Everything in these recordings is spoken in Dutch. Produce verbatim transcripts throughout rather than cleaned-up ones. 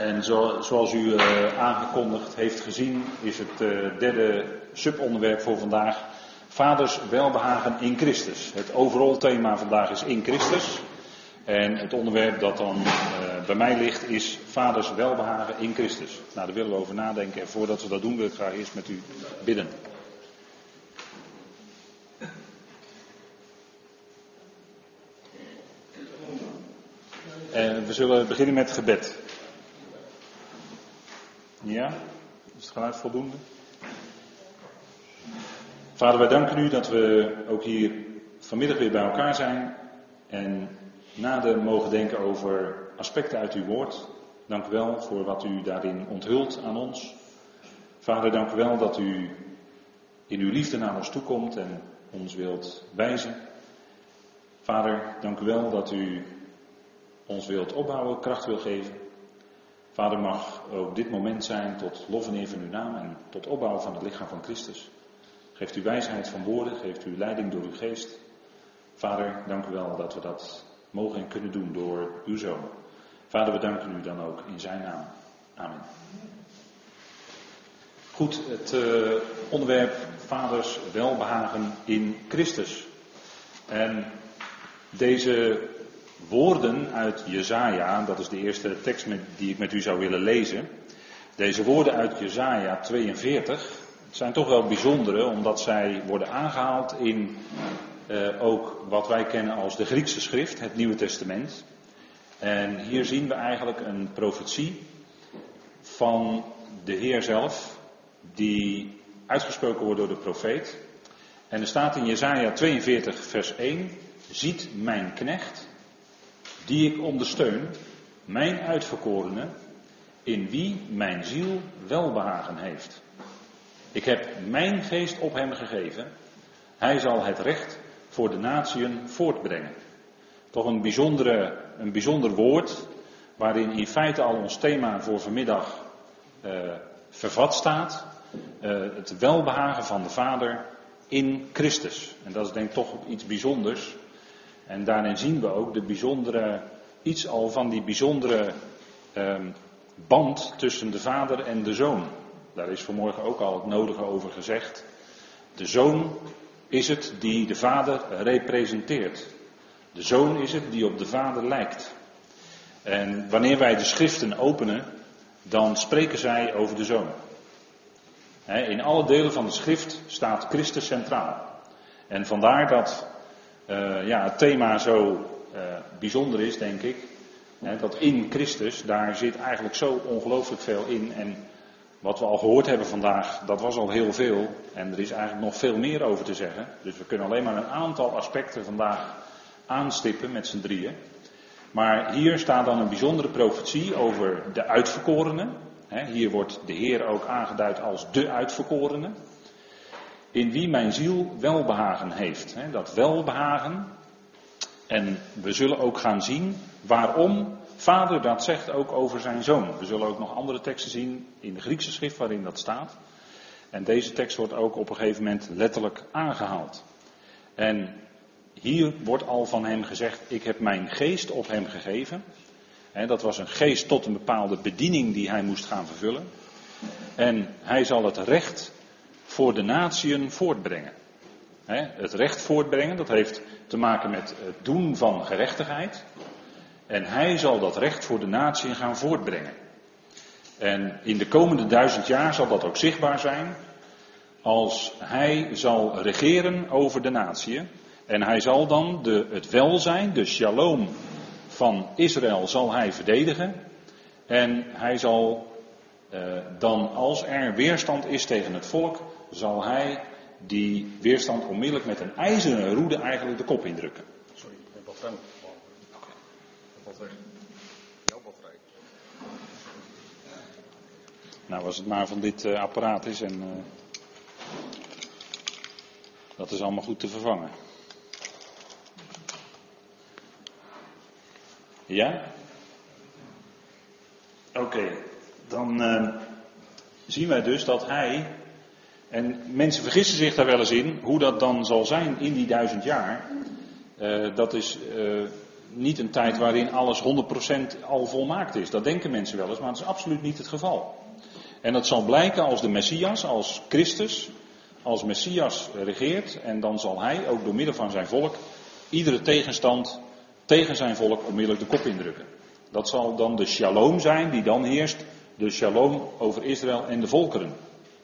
En zo, zoals u uh, aangekondigd heeft gezien, is het uh, derde subonderwerp voor vandaag Vaders welbehagen in Christus. Het overal thema vandaag is in Christus. En het onderwerp dat dan uh, bij mij ligt is Vaders welbehagen in Christus. Nou, daar willen we over nadenken. En voordat we dat doen wil ik graag eerst met u bidden. En we zullen beginnen met gebed. Ja, is het geluid voldoende? Vader, wij danken u dat we ook hier vanmiddag weer bij elkaar zijn en nader mogen denken over aspecten uit uw woord. Dank u wel voor wat u daarin onthult aan ons. Vader, dank u wel dat u in uw liefde naar ons toe komt en ons wilt wijzen. Vader, dank u wel dat u ons wilt opbouwen, kracht wil geven. Vader, mag ook dit moment zijn tot lof en eer van uw naam en tot opbouw van het lichaam van Christus. Geeft u wijsheid van woorden, geeft u leiding door uw geest. Vader, dank u wel dat we dat mogen en kunnen doen door uw Zoon. Vader, we danken u dan ook in zijn naam. Amen. Goed, het uh, onderwerp Vaders welbehagen in Christus. En deze woorden uit Jesaja, dat is de eerste tekst met, die ik met u zou willen lezen. Deze woorden uit Jesaja tweeënveertig, het zijn toch wel bijzondere, omdat zij worden aangehaald in uh, ook wat wij kennen als de Griekse schrift, het Nieuwe Testament. En hier zien we eigenlijk een profetie van de Heer zelf, die uitgesproken wordt door de profeet. En er staat in Jesaja tweeënveertig vers één, ziet mijn knecht, die ik ondersteun, mijn uitverkorene, in wie mijn ziel welbehagen heeft. Ik heb mijn geest op hem gegeven, hij zal het recht voor de natieën voortbrengen. Toch een, bijzondere, een bijzonder woord, waarin in feite al ons thema voor vanmiddag uh, vervat staat. Uh, het welbehagen van de Vader in Christus. En dat is denk ik toch iets bijzonders. En daarin zien we ook de bijzondere, iets al van die bijzondere uh, band tussen de Vader en de Zoon. Daar is vanmorgen ook al het nodige over gezegd. De Zoon is het die de Vader representeert. De Zoon is het die op de Vader lijkt. En wanneer wij de schriften openen, dan spreken zij over de Zoon. In alle delen van de schrift staat Christus centraal. En vandaar dat uh, ja, het thema zo uh, bijzonder is, denk ik. Hè, dat in Christus, daar zit eigenlijk zo ongelooflijk veel in. En wat we al gehoord hebben vandaag, dat was al heel veel. En er is eigenlijk nog veel meer over te zeggen. Dus we kunnen alleen maar een aantal aspecten vandaag aanstippen met z'n drieën. Maar hier staat dan een bijzondere profetie over de uitverkorenen. Hier wordt de Heer ook aangeduid als de uitverkorene. In wie mijn ziel welbehagen heeft. Dat welbehagen. En we zullen ook gaan zien waarom Vader dat zegt ook over zijn Zoon. We zullen ook nog andere teksten zien in de Griekse schrift waarin dat staat. En deze tekst wordt ook op een gegeven moment letterlijk aangehaald. En hier wordt al van hem gezegd, ik heb mijn geest op hem gegeven. He, dat was een geest tot een bepaalde bediening die hij moest gaan vervullen. En hij zal het recht voor de natieën voortbrengen. He, het recht voortbrengen, dat heeft te maken met het doen van gerechtigheid. En hij zal dat recht voor de natieën gaan voortbrengen. En in de komende duizend jaar zal dat ook zichtbaar zijn. Als hij zal regeren over de natieën. En hij zal dan de, het welzijn, de shalom van Israël zal hij verdedigen. En hij zal uh, dan, als er weerstand is tegen het volk, zal hij die weerstand onmiddellijk met een ijzeren roede eigenlijk de kop indrukken. Sorry, ik heb wat ruimte. Oké. Ik heb wat weg. Jouw batterij. Nou, als het maar van dit uh, apparaat is en uh, dat is allemaal goed te vervangen. Ja? Oké, okay. Dan uh, zien wij dus dat hij, en mensen vergissen zich daar wel eens in, hoe dat dan zal zijn in die duizend jaar. Uh, dat is uh, niet een tijd waarin alles honderd procent al volmaakt is. Dat denken mensen wel eens, maar dat is absoluut niet het geval. En dat zal blijken als de Messias, als Christus, als Messias regeert. En dan zal hij ook door middel van zijn volk iedere tegenstand tegen zijn volk onmiddellijk de kop indrukken. Dat zal dan de shalom zijn die dan heerst. De shalom over Israël en de volkeren.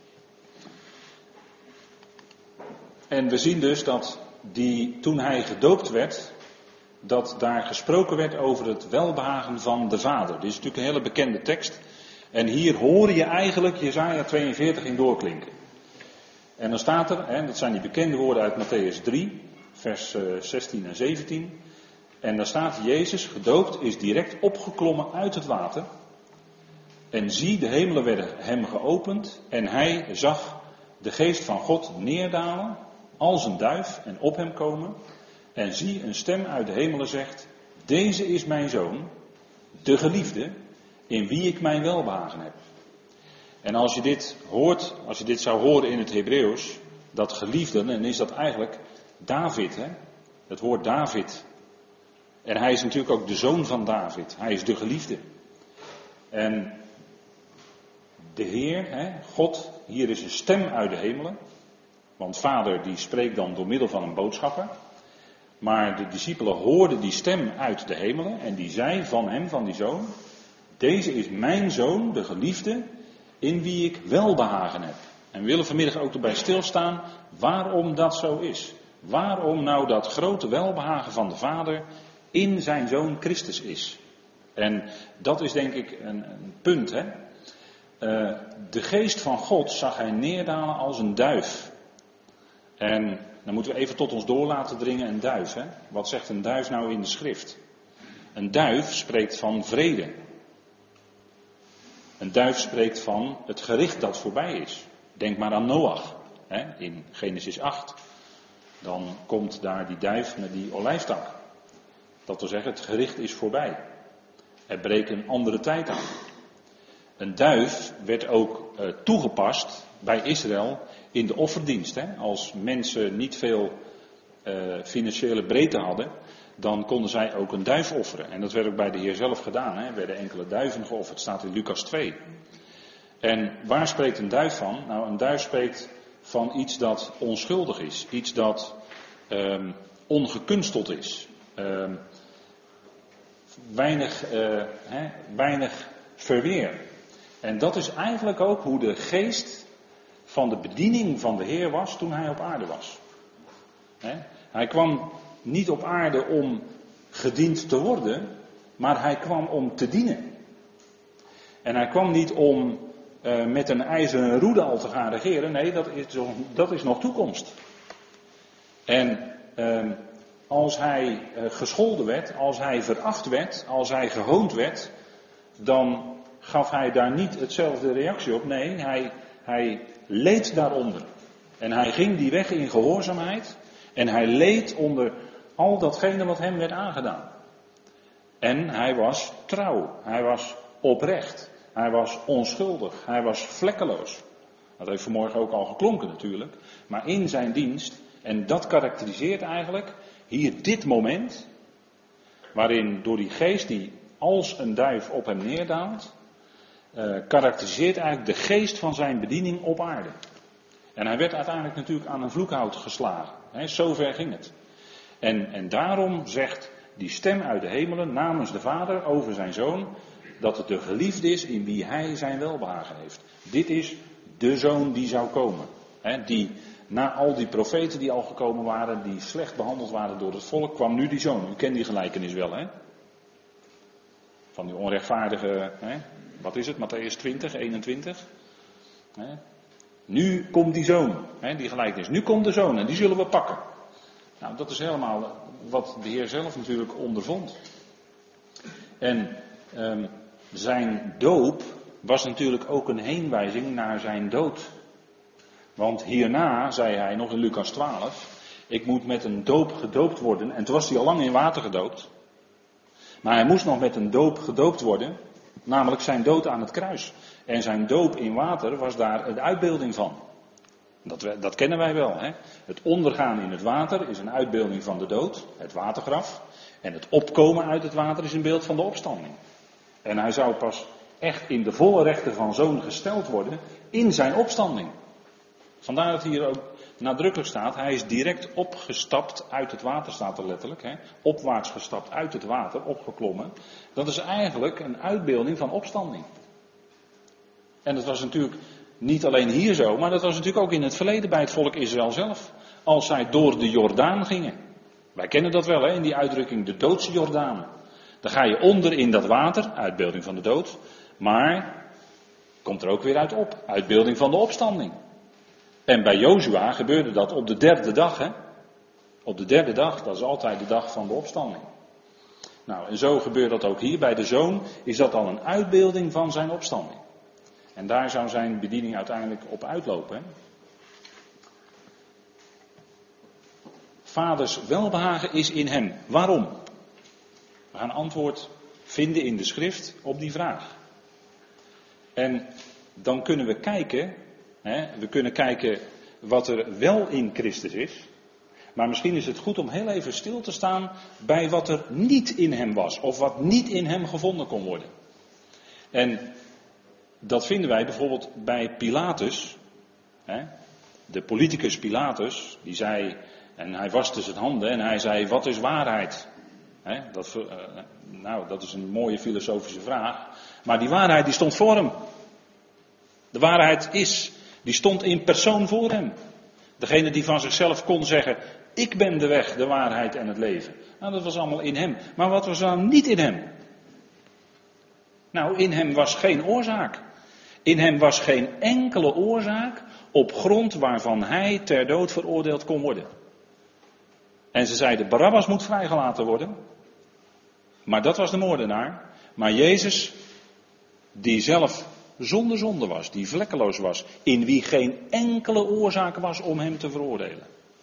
En we zien dus dat die, toen hij gedoopt werd, dat daar gesproken werd over het welbehagen van de Vader. Dit is natuurlijk een hele bekende tekst. En hier hoor je eigenlijk Jesaja tweeënveertig in doorklinken. En dan staat er, hè, dat zijn die bekende woorden uit Matthäus drie, vers zestien en zeventien. En daar staat, Jezus, gedoopt, is direct opgeklommen uit het water. En zie, de hemelen werden hem geopend. En hij zag de geest van God neerdalen als een duif en op hem komen. En zie, een stem uit de hemelen zegt, deze is mijn zoon, de geliefde, in wie ik mijn welbehagen heb. En als je dit hoort, als je dit zou horen in het Hebreeuws, dat geliefde, dan is dat eigenlijk David, hè? Het woord David. En hij is natuurlijk ook de zoon van David. Hij is de geliefde. En de Heer, hè, God, hier is een stem uit de hemelen. Want Vader die spreekt dan door middel van een boodschapper. Maar de discipelen hoorden die stem uit de hemelen. En die zei van hem, van die zoon, deze is mijn zoon, de geliefde, in wie ik welbehagen heb. En we willen vanmiddag ook erbij stilstaan waarom dat zo is. Waarom nou dat grote welbehagen van de Vader in zijn zoon Christus is. En dat is denk ik een, een punt. Hè? Uh, de geest van God zag hij neerdalen als een duif. En dan moeten we even tot ons door laten dringen een duif. Hè? Wat zegt een duif nou in de schrift? Een duif spreekt van vrede. Een duif spreekt van het gericht dat voorbij is. Denk maar aan Noach, hè? In Genesis acht. Dan komt daar die duif met die olijftak. Dat wil zeggen, het gericht is voorbij. Er breekt een andere tijd aan. Een duif werd ook uh, toegepast bij Israël in de offerdienst. Hè? Als mensen niet veel uh, financiële breedte hadden, dan konden zij ook een duif offeren. En dat werd ook bij de Heer zelf gedaan. Hè? Er werden enkele duiven geofferd, staat in Lucas twee. En waar spreekt een duif van? Nou, een duif spreekt van iets dat onschuldig is. Iets dat um, ongekunsteld is. Um, weinig, uh, hè, weinig verweer. En dat is eigenlijk ook hoe de geest van de bediening van de Heer was toen hij op aarde was. Hè? Hij kwam niet op aarde om gediend te worden, maar hij kwam om te dienen. En hij kwam niet om uh, met een ijzeren roede al te gaan regeren. Nee, dat is, dat is nog toekomst. En uh, als hij uh, gescholden werd, als hij veracht werd, als hij gehoond werd, dan gaf hij daar niet hetzelfde reactie op. Nee, hij, hij leed daaronder. En hij ging die weg in gehoorzaamheid. En hij leed onder al datgene wat hem werd aangedaan. En hij was trouw. Hij was oprecht. Hij was onschuldig. Hij was vlekkeloos. Dat heeft vanmorgen ook al geklonken natuurlijk. Maar in zijn dienst, en dat karakteriseert eigenlijk hier dit moment, waarin door die geest die als een duif op hem neerdaalt, uh, karakteriseert eigenlijk de geest van zijn bediening op aarde. En hij werd uiteindelijk natuurlijk aan een vloekhout geslagen. He, zover ging het. En, en daarom zegt die stem uit de hemelen namens de Vader over zijn Zoon, dat het de geliefde is in wie hij zijn welbehagen heeft. Dit is de Zoon die zou komen. He, die na al die profeten die al gekomen waren, die slecht behandeld waren door het volk, kwam nu die Zoon. U kent die gelijkenis wel, hè? Van die onrechtvaardige, hè? Wat is het, Matthäus twintig, eenentwintig. Hè? Nu komt die Zoon, hè? Die gelijkenis. Nu komt de Zoon en die zullen we pakken. Nou, dat is helemaal wat de Heer zelf natuurlijk ondervond. En um, zijn doop was natuurlijk ook een heenwijzing naar zijn dood. Want hierna, zei hij nog in Lucas twaalf, ik moet met een doop gedoopt worden. En toen was hij al lang in water gedoopt. Maar hij moest nog met een doop gedoopt worden, namelijk zijn dood aan het kruis. En zijn doop in water was daar een uitbeelding van. Dat, dat kennen wij wel. Hè? Het ondergaan in het water is een uitbeelding van de dood, het watergraf. En het opkomen uit het water is een beeld van de opstanding. En hij zou pas echt in de volle rechten van zoon gesteld worden in zijn opstanding. Vandaar dat hier ook nadrukkelijk staat, hij is direct opgestapt uit het water, staat er letterlijk. Hè? Opwaarts gestapt uit het water, opgeklommen. Dat is eigenlijk een uitbeelding van opstanding. En dat was natuurlijk niet alleen hier zo, maar dat was natuurlijk ook in het verleden bij het volk Israël zelf. Als zij door de Jordaan gingen. Wij kennen dat wel, hè, in die uitdrukking, de doodse Jordaan. Dan ga je onder in dat water, uitbeelding van de dood. Maar komt er ook weer uit op, uitbeelding van de opstanding. En bij Jozua gebeurde dat op de derde dag. Hè? Op de derde dag, dat is altijd de dag van de opstanding. Nou, en zo gebeurt dat ook hier. Bij de zoon is dat al een uitbeelding van zijn opstanding. En daar zou zijn bediening uiteindelijk op uitlopen. Hè? Vaders welbehagen is in hem. Waarom? We gaan antwoord vinden in de schrift op die vraag. En dan kunnen we kijken, hè, we kunnen kijken wat er wel in Christus is. Maar misschien is het goed om heel even stil te staan bij wat er niet in hem was. Of wat niet in hem gevonden kon worden. En dat vinden wij bijvoorbeeld bij Pilatus. Hè, de politicus Pilatus, die zei, en hij waste zijn handen en hij zei, wat is waarheid? Hè, dat, uh, nou, dat is een mooie filosofische vraag. Maar die waarheid die stond voor hem. De waarheid is, die stond in persoon voor hem. Degene die van zichzelf kon zeggen, ik ben de weg, de waarheid en het leven. Nou, dat was allemaal in hem. Maar wat was dan niet in hem? Nou, in hem was geen oorzaak. In hem was geen enkele oorzaak op grond waarvan hij ter dood veroordeeld kon worden. En ze zeiden, Barabbas moet vrijgelaten worden. Maar dat was de moordenaar. Maar Jezus, die zelf zonder zonde was, die vlekkeloos was, in wie geen enkele oorzaak was om hem te veroordelen.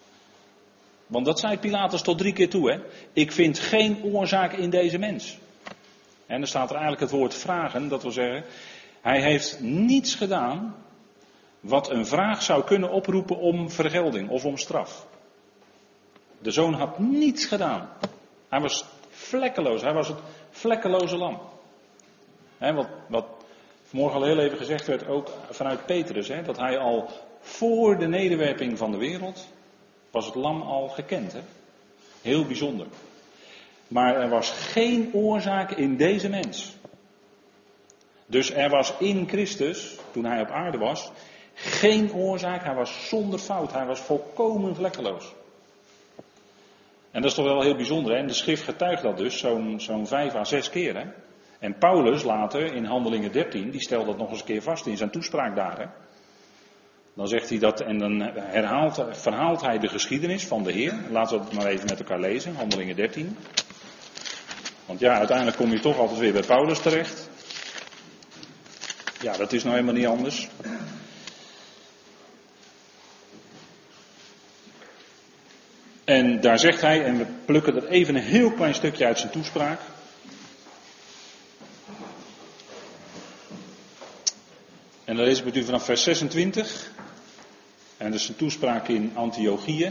Want dat zei Pilatus tot drie keer toe, hè. Ik vind geen oorzaak in deze mens. En dan staat er eigenlijk het woord vragen, dat wil zeggen, hij heeft niets gedaan wat een vraag zou kunnen oproepen om vergelding of om straf. De zoon had niets gedaan. Hij was vlekkeloos, hij was het vlekkeloze lam. He, wat, wat vanmorgen al heel even gezegd werd, ook vanuit Petrus, he, dat hij al voor de nederwerping van de wereld, was het lam al gekend. He. Heel bijzonder. Maar er was geen oorzaak in deze mens. Dus er was in Christus, toen hij op aarde was, geen oorzaak. Hij was zonder fout. Hij was volkomen vlekkeloos. En dat is toch wel heel bijzonder. Hè? En de schrift getuigt dat dus zo'n zo'n vijf à zes keer. Hè? En Paulus later in Handelingen dertien, die stelt dat nog eens een keer vast in zijn toespraak daar. Hè? Dan zegt hij dat en dan herhaalt, verhaalt hij de geschiedenis van de Heer. Laten we het maar even met elkaar lezen, Handelingen dertien. Want ja, uiteindelijk kom je toch altijd weer bij Paulus terecht. Ja, dat is nou helemaal niet anders. En daar zegt hij, en we plukken er even een heel klein stukje uit zijn toespraak. En dan lees ik met u vanaf vers zesentwintig. En dat is een toespraak in Antiochië.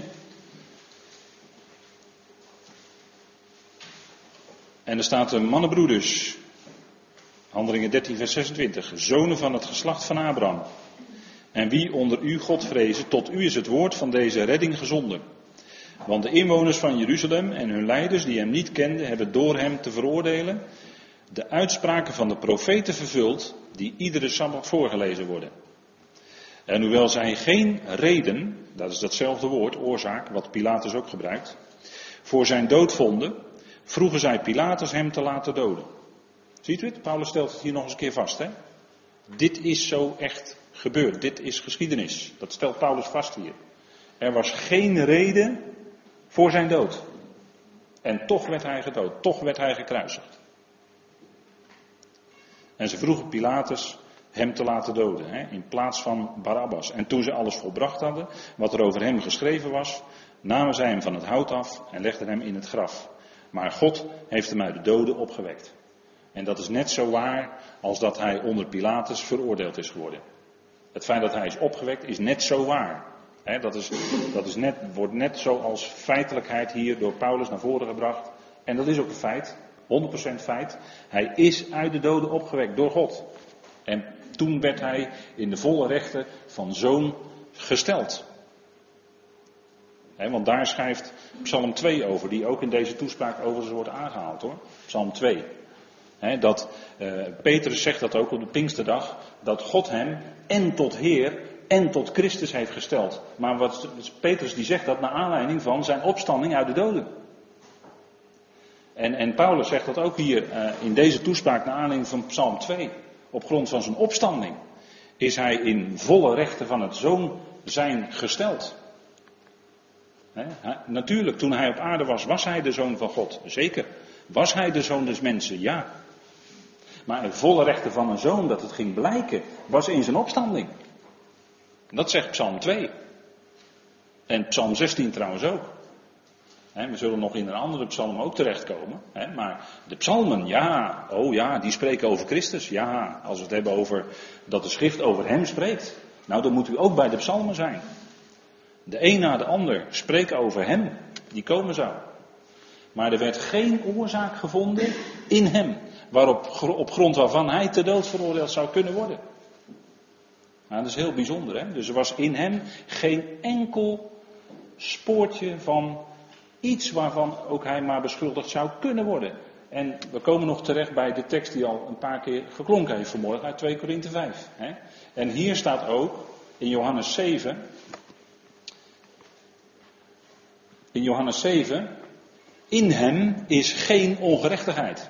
En er staat, mannenbroeders, Handelingen dertien vers zesentwintig, zonen van het geslacht van Abraham. En wie onder u God vrezen, tot u is het woord van deze redding gezonden. Want de inwoners van Jeruzalem en hun leiders die hem niet kenden, hebben door hem te veroordelen de uitspraken van de profeten vervuld, die iedere sabbat voorgelezen worden. En hoewel zij geen reden, dat is datzelfde woord, oorzaak, wat Pilatus ook gebruikt, voor zijn dood vonden, vroegen zij Pilatus hem te laten doden. Ziet u het? Paulus stelt het hier nog eens een keer vast. Hè? Dit is zo echt gebeurd. Dit is geschiedenis. Dat stelt Paulus vast hier. Er was geen reden voor zijn dood. En toch werd hij gedood. Toch werd hij gekruisigd. En ze vroegen Pilatus hem te laten doden. Hè, in plaats van Barabbas. En toen ze alles volbracht hadden. Wat er over hem geschreven was. Namen zij hem van het hout af. En legden hem in het graf. Maar God heeft hem uit de doden opgewekt. En dat is net zo waar als dat hij onder Pilatus veroordeeld is geworden. Het feit dat hij is opgewekt is net zo waar. He, dat is, dat is net, wordt net zo als feitelijkheid hier door Paulus naar voren gebracht En dat is ook een feit, honderd procent feit. Hij is uit de doden opgewekt door God. En toen werd hij in de volle rechten van zoon gesteld. He, want daar schrijft Psalm twee over, die ook in deze toespraak overigens wordt aangehaald hoor. Psalm twee. He, dat, uh, Petrus zegt dat ook op de Pinksterdag, dat God hem en tot Heer en tot Christus heeft gesteld. Maar wat, Petrus die zegt dat naar aanleiding van zijn opstanding uit de doden. En, en Paulus zegt dat ook hier uh, in deze toespraak naar aanleiding van Psalm twee. Op grond van zijn opstanding is hij in volle rechten van het zoon zijn gesteld. He, hij, natuurlijk, toen hij op aarde was, was hij de zoon van God. Zeker. Was hij de zoon des mensen? Ja. Maar in volle rechten van een zoon, dat het ging blijken, was in zijn opstanding. Dat zegt Psalm twee. En Psalm zestien trouwens ook. He, we zullen nog in een andere psalm ook terechtkomen. He, maar de psalmen, ja, oh ja, die spreken over Christus. Ja, als we het hebben over dat de schrift over hem spreekt. Nou, dan moet u ook bij de psalmen zijn. De een na de ander spreken over hem, die komen zou. Maar er werd geen oorzaak gevonden in hem, waarop, op grond waarvan hij ter dood veroordeeld zou kunnen worden. Nou, dat is heel bijzonder, hè? Dus er was in hem geen enkel spoortje van iets waarvan ook hij maar beschuldigd zou kunnen worden. En we komen nog terecht bij de tekst die al een paar keer geklonken heeft vanmorgen uit twee Korinthe vijf. Hè? En hier staat ook in Johannes zeven... In Johannes zeven, in hem is geen ongerechtigheid.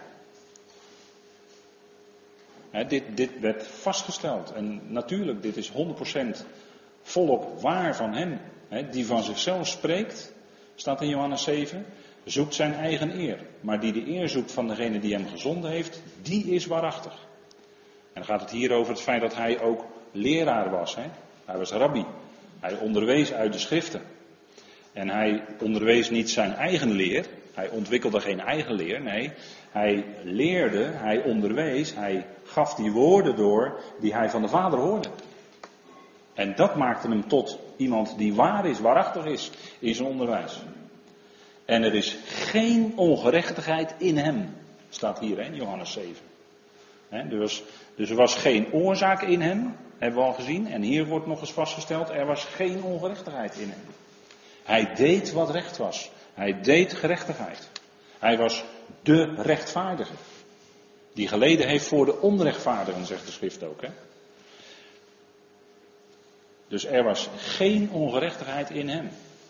He, dit, dit werd vastgesteld. En natuurlijk, dit is honderd procent volop waar van hem. He, die van zichzelf spreekt, staat in Johannes zeven, zoekt zijn eigen eer. Maar die de eer zoekt van degene die hem gezonden heeft, die is waarachtig. En dan gaat het hier over het feit dat hij ook leraar was. He. Hij was rabbi. Hij onderwees uit de schriften. En hij onderwees niet zijn eigen leer, hij ontwikkelde geen eigen leer, nee, hij leerde, hij onderwees, hij gaf die woorden door die hij van de Vader hoorde. En dat maakte hem tot iemand die waar is, waarachtig is in zijn onderwijs. En er is geen ongerechtigheid in hem, staat hier in Johannes zeven. He, dus, dus er was geen oorzaak in hem, hebben we al gezien, en hier wordt nog eens vastgesteld, er was geen ongerechtigheid in hem. Hij deed wat recht was. Hij deed gerechtigheid. Hij was de rechtvaardige. Die geleden heeft voor de onrechtvaardigen, zegt de schrift ook. Hè? Dus er was geen ongerechtigheid in hem.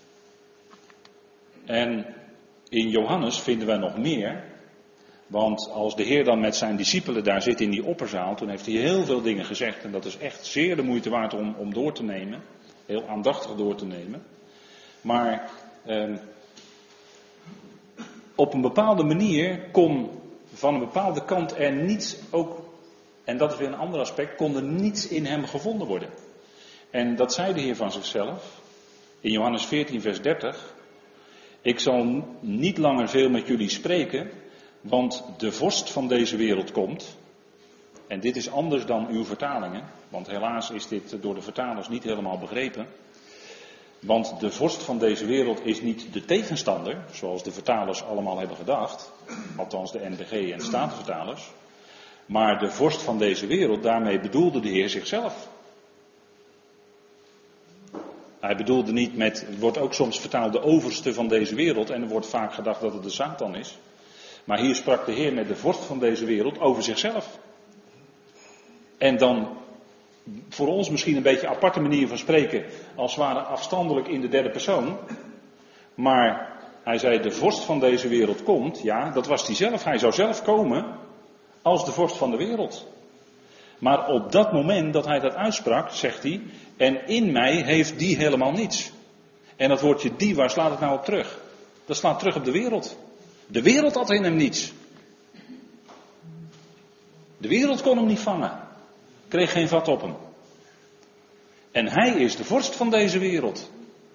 En in Johannes vinden we nog meer. Want als de Heer dan met zijn discipelen daar zit in die opperzaal, toen heeft hij heel veel dingen gezegd. En dat is echt zeer de moeite waard om, om door te nemen. Heel aandachtig door te nemen. Maar eh, op een bepaalde manier kon van een bepaalde kant er niets ook, en dat is weer een ander aspect, kon er niets in hem gevonden worden. En dat zei de Heer van zichzelf in Johannes veertien vers dertig. Ik zal niet langer veel met jullie spreken, want de vorst van deze wereld komt. En dit is anders dan uw vertalingen, want helaas is dit door de vertalers niet helemaal begrepen. Want de vorst van deze wereld is niet de tegenstander, zoals de vertalers allemaal hebben gedacht. Althans de N B G en de Statenvertalers. Maar de vorst van deze wereld, daarmee bedoelde de Heer zichzelf. Hij bedoelde niet met, het wordt ook soms vertaald de overste van deze wereld. En er wordt vaak gedacht dat het de Satan is. Maar hier sprak de Heer met de vorst van deze wereld over zichzelf. En dan voor ons misschien een beetje een aparte manier van spreken, als het ware afstandelijk in de derde persoon. Maar hij zei, de vorst van deze wereld komt, ja, dat was hij zelf. Hij zou zelf komen als de vorst van de wereld. Maar op dat moment dat hij dat uitsprak, zegt hij, en in mij heeft die helemaal niets. En dat woordje die, waar slaat het nou op terug? Dat slaat terug op de wereld. De wereld had in hem niets. De wereld kon hem niet vangen. Kreeg geen vat op hem. En hij is de vorst van deze wereld.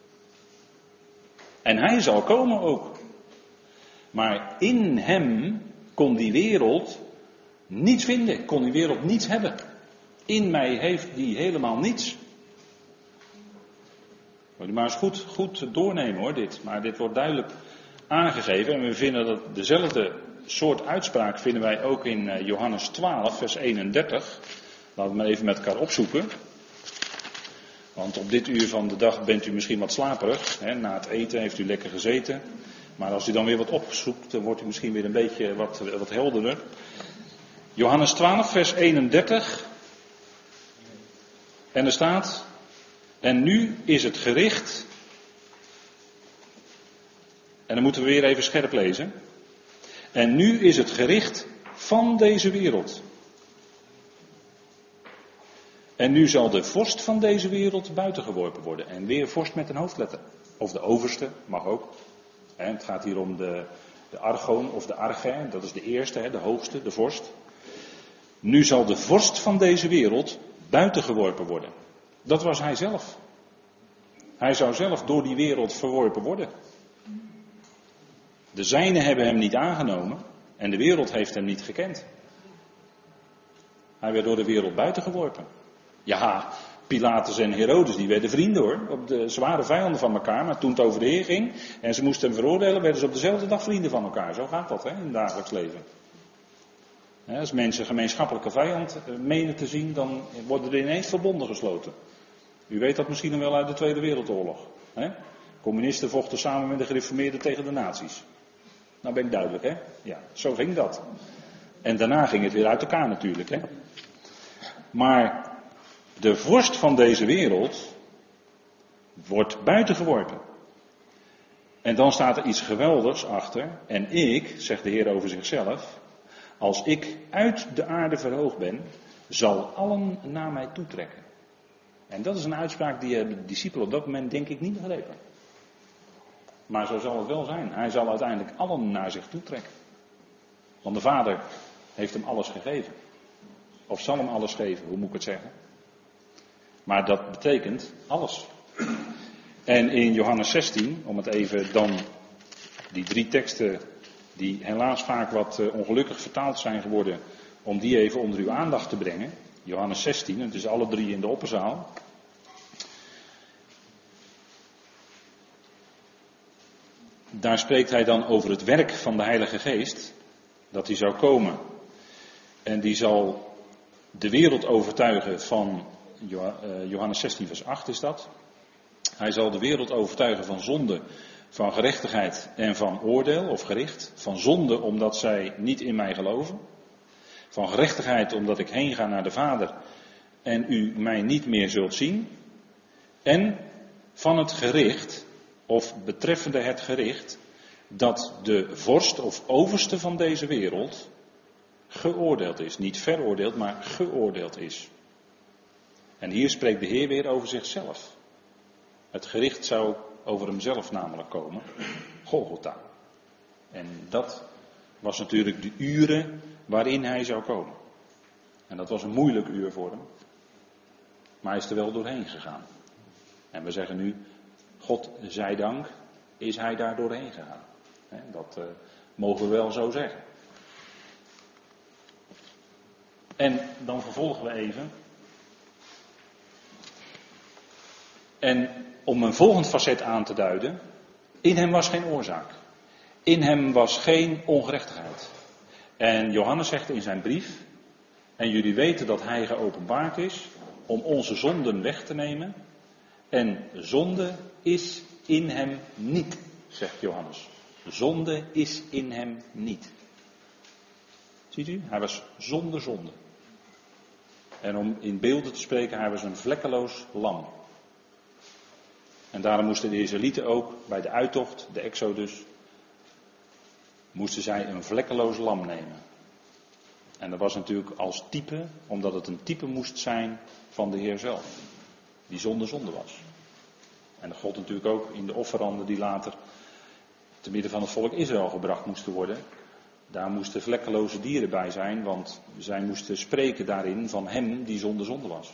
En hij zal komen ook. Maar in hem kon die wereld niets vinden. Kon die wereld niets hebben. In mij heeft die helemaal niets. Moet je maar eens goed, goed doornemen hoor dit. Maar dit wordt duidelijk aangegeven. En we vinden dat dezelfde soort uitspraak vinden wij ook in Johannes twaalf, vers eenendertig. Laten we maar even met elkaar opzoeken. Want op dit uur van de dag bent u misschien wat slaperig. Hè? Na het eten heeft u lekker gezeten. Maar als u dan weer wat opzoekt, dan wordt u misschien weer een beetje wat, wat helderder. Johannes twaalf, vers eenendertig. En er staat: en nu is het gericht. En dan moeten we weer even scherp lezen. En nu is het gericht van deze wereld. En nu zal de vorst van deze wereld buitengeworpen worden. En weer vorst met een hoofdletter. Of de overste, mag ook. Het gaat hier om de, de argon of de arche. Dat is de eerste, de hoogste, de vorst. Nu zal de vorst van deze wereld buitengeworpen worden. Dat was hij zelf. Hij zou zelf door die wereld verworpen worden. De zijnen hebben hem niet aangenomen. En de wereld heeft hem niet gekend. Hij werd door de wereld buitengeworpen. Ja, Pilatus en Herodes, die werden vrienden hoor. Op de zware vijanden van elkaar. Maar toen het over de Heer ging en ze moesten hem veroordelen, werden ze op dezelfde dag vrienden van elkaar. Zo gaat dat hè, in het dagelijks leven. Ja, als mensen gemeenschappelijke vijand menen te zien, dan worden er ineens verbonden gesloten. U weet dat misschien nog wel uit de Tweede Wereldoorlog. Hè? Communisten vochten samen met de gereformeerden tegen de nazi's. Nou ben ik duidelijk hè. Ja, zo ging dat. En daarna ging het weer uit elkaar natuurlijk hè. Maar de vorst van deze wereld wordt buitengeworpen. En dan staat er iets geweldigs achter. En ik, zegt de Heer over zichzelf, als ik uit de aarde verhoogd ben, zal allen naar mij toetrekken. En dat is een uitspraak die de discipelen op dat moment denk ik niet begrepen. Maar zo zal het wel zijn. Hij zal uiteindelijk allen naar zich toetrekken. Want de Vader heeft hem alles gegeven. Of zal hem alles geven, hoe moet ik het zeggen? Maar dat betekent alles. En in Johannes zestien, om het even dan die drie teksten die helaas vaak wat ongelukkig vertaald zijn geworden, om die even onder uw aandacht te brengen. Johannes zestien, het is alle drie in de opperzaal. Daar spreekt hij dan over het werk van de Heilige Geest, dat hij zou komen. En die zal de wereld overtuigen van, Johannes zestien vers acht is dat. Hij zal de wereld overtuigen van zonde, van gerechtigheid en van oordeel of gericht. Van zonde omdat zij niet in mij geloven. Van gerechtigheid omdat ik heen ga naar de Vader en u mij niet meer zult zien. En van het gericht, of betreffende het gericht, dat de vorst of overste van deze wereld geoordeeld is. Niet veroordeeld, maar geoordeeld is. En hier spreekt de Heer weer over zichzelf. Het gericht zou over hemzelf namelijk komen. Golgotha. En dat was natuurlijk de uren waarin hij zou komen. En dat was een moeilijk uur voor hem. Maar hij is er wel doorheen gegaan. En we zeggen nu, God zij dank, is hij daar doorheen gegaan. Dat uh, mogen we wel zo zeggen. En dan vervolgen we even. En om een volgend facet aan te duiden. In hem was geen oorzaak. In hem was geen ongerechtigheid. En Johannes zegt in zijn brief. En jullie weten dat hij geopenbaard is om onze zonden weg te nemen. En zonde is in hem niet, zegt Johannes. Zonde is in hem niet. Ziet u? Hij was zonder zonde. En om in beelden te spreken, hij was een vlekkeloos lam. En daarom moesten de Israëlieten ook bij de uittocht, de Exodus, moesten zij een vlekkeloos lam nemen. En dat was natuurlijk als type, omdat het een type moest zijn van de Heer zelf. Die zonder zonde was. En dat gold natuurlijk ook in de offeranden die later te midden van het volk Israël gebracht moesten worden. Daar moesten vlekkeloze dieren bij zijn, want zij moesten spreken daarin van hem die zonder zonde was.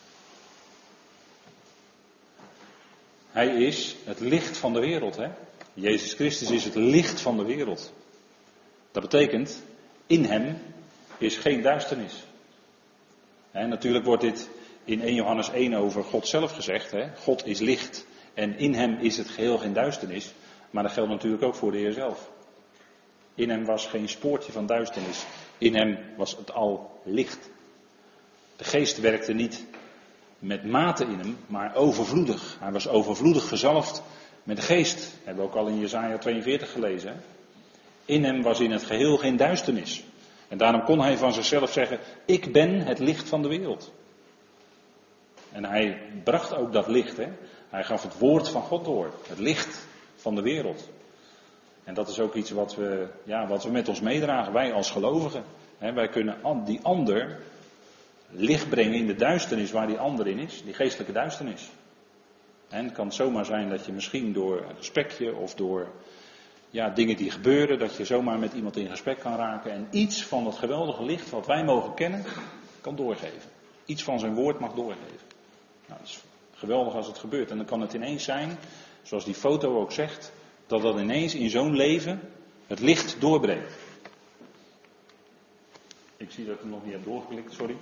Hij is het licht van de wereld. Hè? Jezus Christus is het licht van de wereld. Dat betekent, in hem is geen duisternis. En natuurlijk wordt dit in eerste Johannes één over God zelf gezegd. Hè? God is licht en in hem is het geheel geen duisternis. Maar dat geldt natuurlijk ook voor de Heer zelf. In hem was geen spoortje van duisternis. In hem was het al licht. De geest werkte niet met mate in hem, maar overvloedig. Hij was overvloedig gezalfd met de geest. Dat hebben we ook al in Jesaja tweeënveertig gelezen. Hè? In hem was in het geheel geen duisternis. En daarom kon hij van zichzelf zeggen, ik ben het licht van de wereld. En hij bracht ook dat licht. Hè? Hij gaf het woord van God door. Het licht van de wereld. En dat is ook iets wat we, ja, wat we met ons meedragen, wij als gelovigen. Hè? Wij kunnen die ander licht brengen in de duisternis waar die ander in is. Die geestelijke duisternis. En het kan zomaar zijn dat je misschien door een gesprekje of door ja, dingen die gebeuren, dat je zomaar met iemand in gesprek kan raken en iets van dat geweldige licht wat wij mogen kennen, kan doorgeven. Iets van zijn woord mag doorgeven. Nou, dat is geweldig als het gebeurt. En dan kan het ineens zijn, zoals die foto ook zegt, dat dat ineens in zo'n leven het licht doorbreekt. Ik zie dat ik hem nog niet heb doorgeklikt, sorry.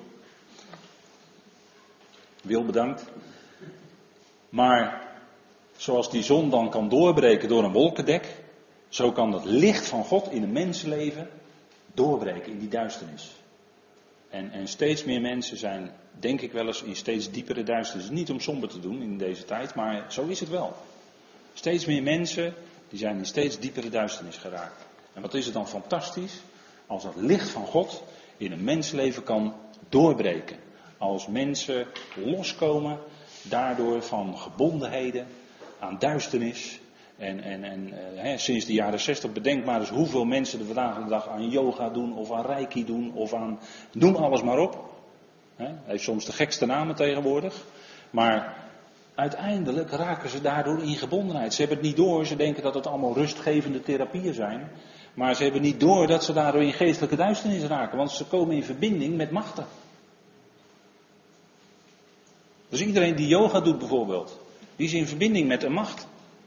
Wil bedankt. Maar zoals die zon dan kan doorbreken door een wolkendek, zo kan het licht van God in een mensenleven doorbreken in die duisternis. En, en steeds meer mensen zijn, denk ik wel eens, in steeds diepere duisternis. Niet om somber te doen in deze tijd, maar zo is het wel. Steeds meer mensen, die zijn in steeds diepere duisternis geraakt. En wat is het dan fantastisch, als dat licht van God in een mensenleven kan doorbreken. Als mensen loskomen daardoor van gebondenheden aan duisternis. En, en, en he, sinds de jaren zestig bedenk maar eens hoeveel mensen er vandaag de dag aan yoga doen of aan reiki doen of aan noem alles maar op. Hij heeft soms de gekste namen tegenwoordig. Maar uiteindelijk raken ze daardoor in gebondenheid. Ze hebben het niet door, ze denken dat het allemaal rustgevende therapieën zijn. Maar ze hebben niet door dat ze daardoor in geestelijke duisternis raken. Want ze komen in verbinding met machten. Dus iedereen die yoga doet bijvoorbeeld, die is in verbinding met een macht.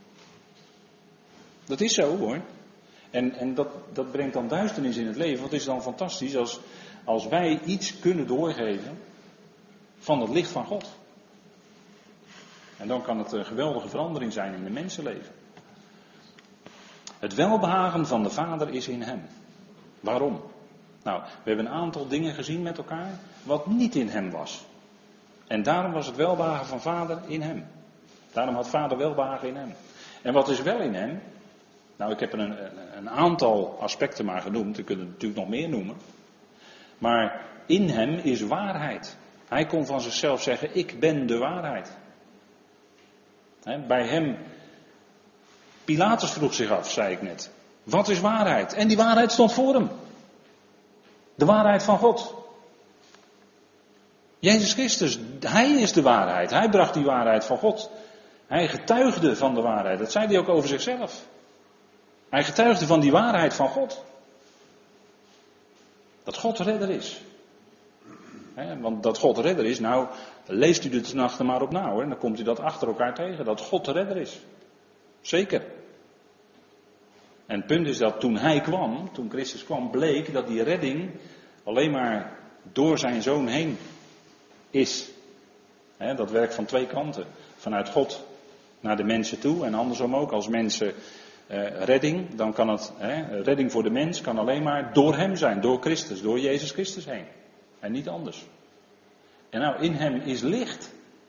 Dat is zo hoor. En, en dat, dat brengt dan duisternis in het leven. Wat is dan fantastisch als, als wij iets kunnen doorgeven van het licht van God. En dan kan het een geweldige verandering zijn in de mensenleven. Het welbehagen van de Vader is in hem. Waarom? Nou, we hebben een aantal dingen gezien met elkaar wat niet in hem was. En daarom was het welbehagen van Vader in hem. Daarom had Vader welbehagen in hem. En wat is wel in hem? Nou, ik heb er een, een aantal aspecten maar genoemd. We kunnen natuurlijk nog meer noemen. Maar in hem is waarheid. Hij kon van zichzelf zeggen, ik ben de waarheid. He, bij hem, Pilatus vroeg zich af, zei ik net. Wat is waarheid? En die waarheid stond voor hem. De waarheid van God. Jezus Christus, hij is de waarheid. Hij bracht die waarheid van God. Hij getuigde van de waarheid. Dat zei hij ook over zichzelf. Hij getuigde van die waarheid van God. Dat God redder is. He, want dat God redder is, nou, leest u de nachten maar op na hoor. Dan komt u dat achter elkaar tegen. Dat God de redder is. Zeker. En het punt is dat toen hij kwam, toen Christus kwam, bleek dat die redding alleen maar door zijn zoon heen is. He, dat werkt van twee kanten. Vanuit God naar de mensen toe en andersom ook. Als mensen eh, redding, dan kan het, he, redding voor de mens kan alleen maar door hem zijn. Door Christus, door Jezus Christus heen. En niet anders. En nou, in hem is licht.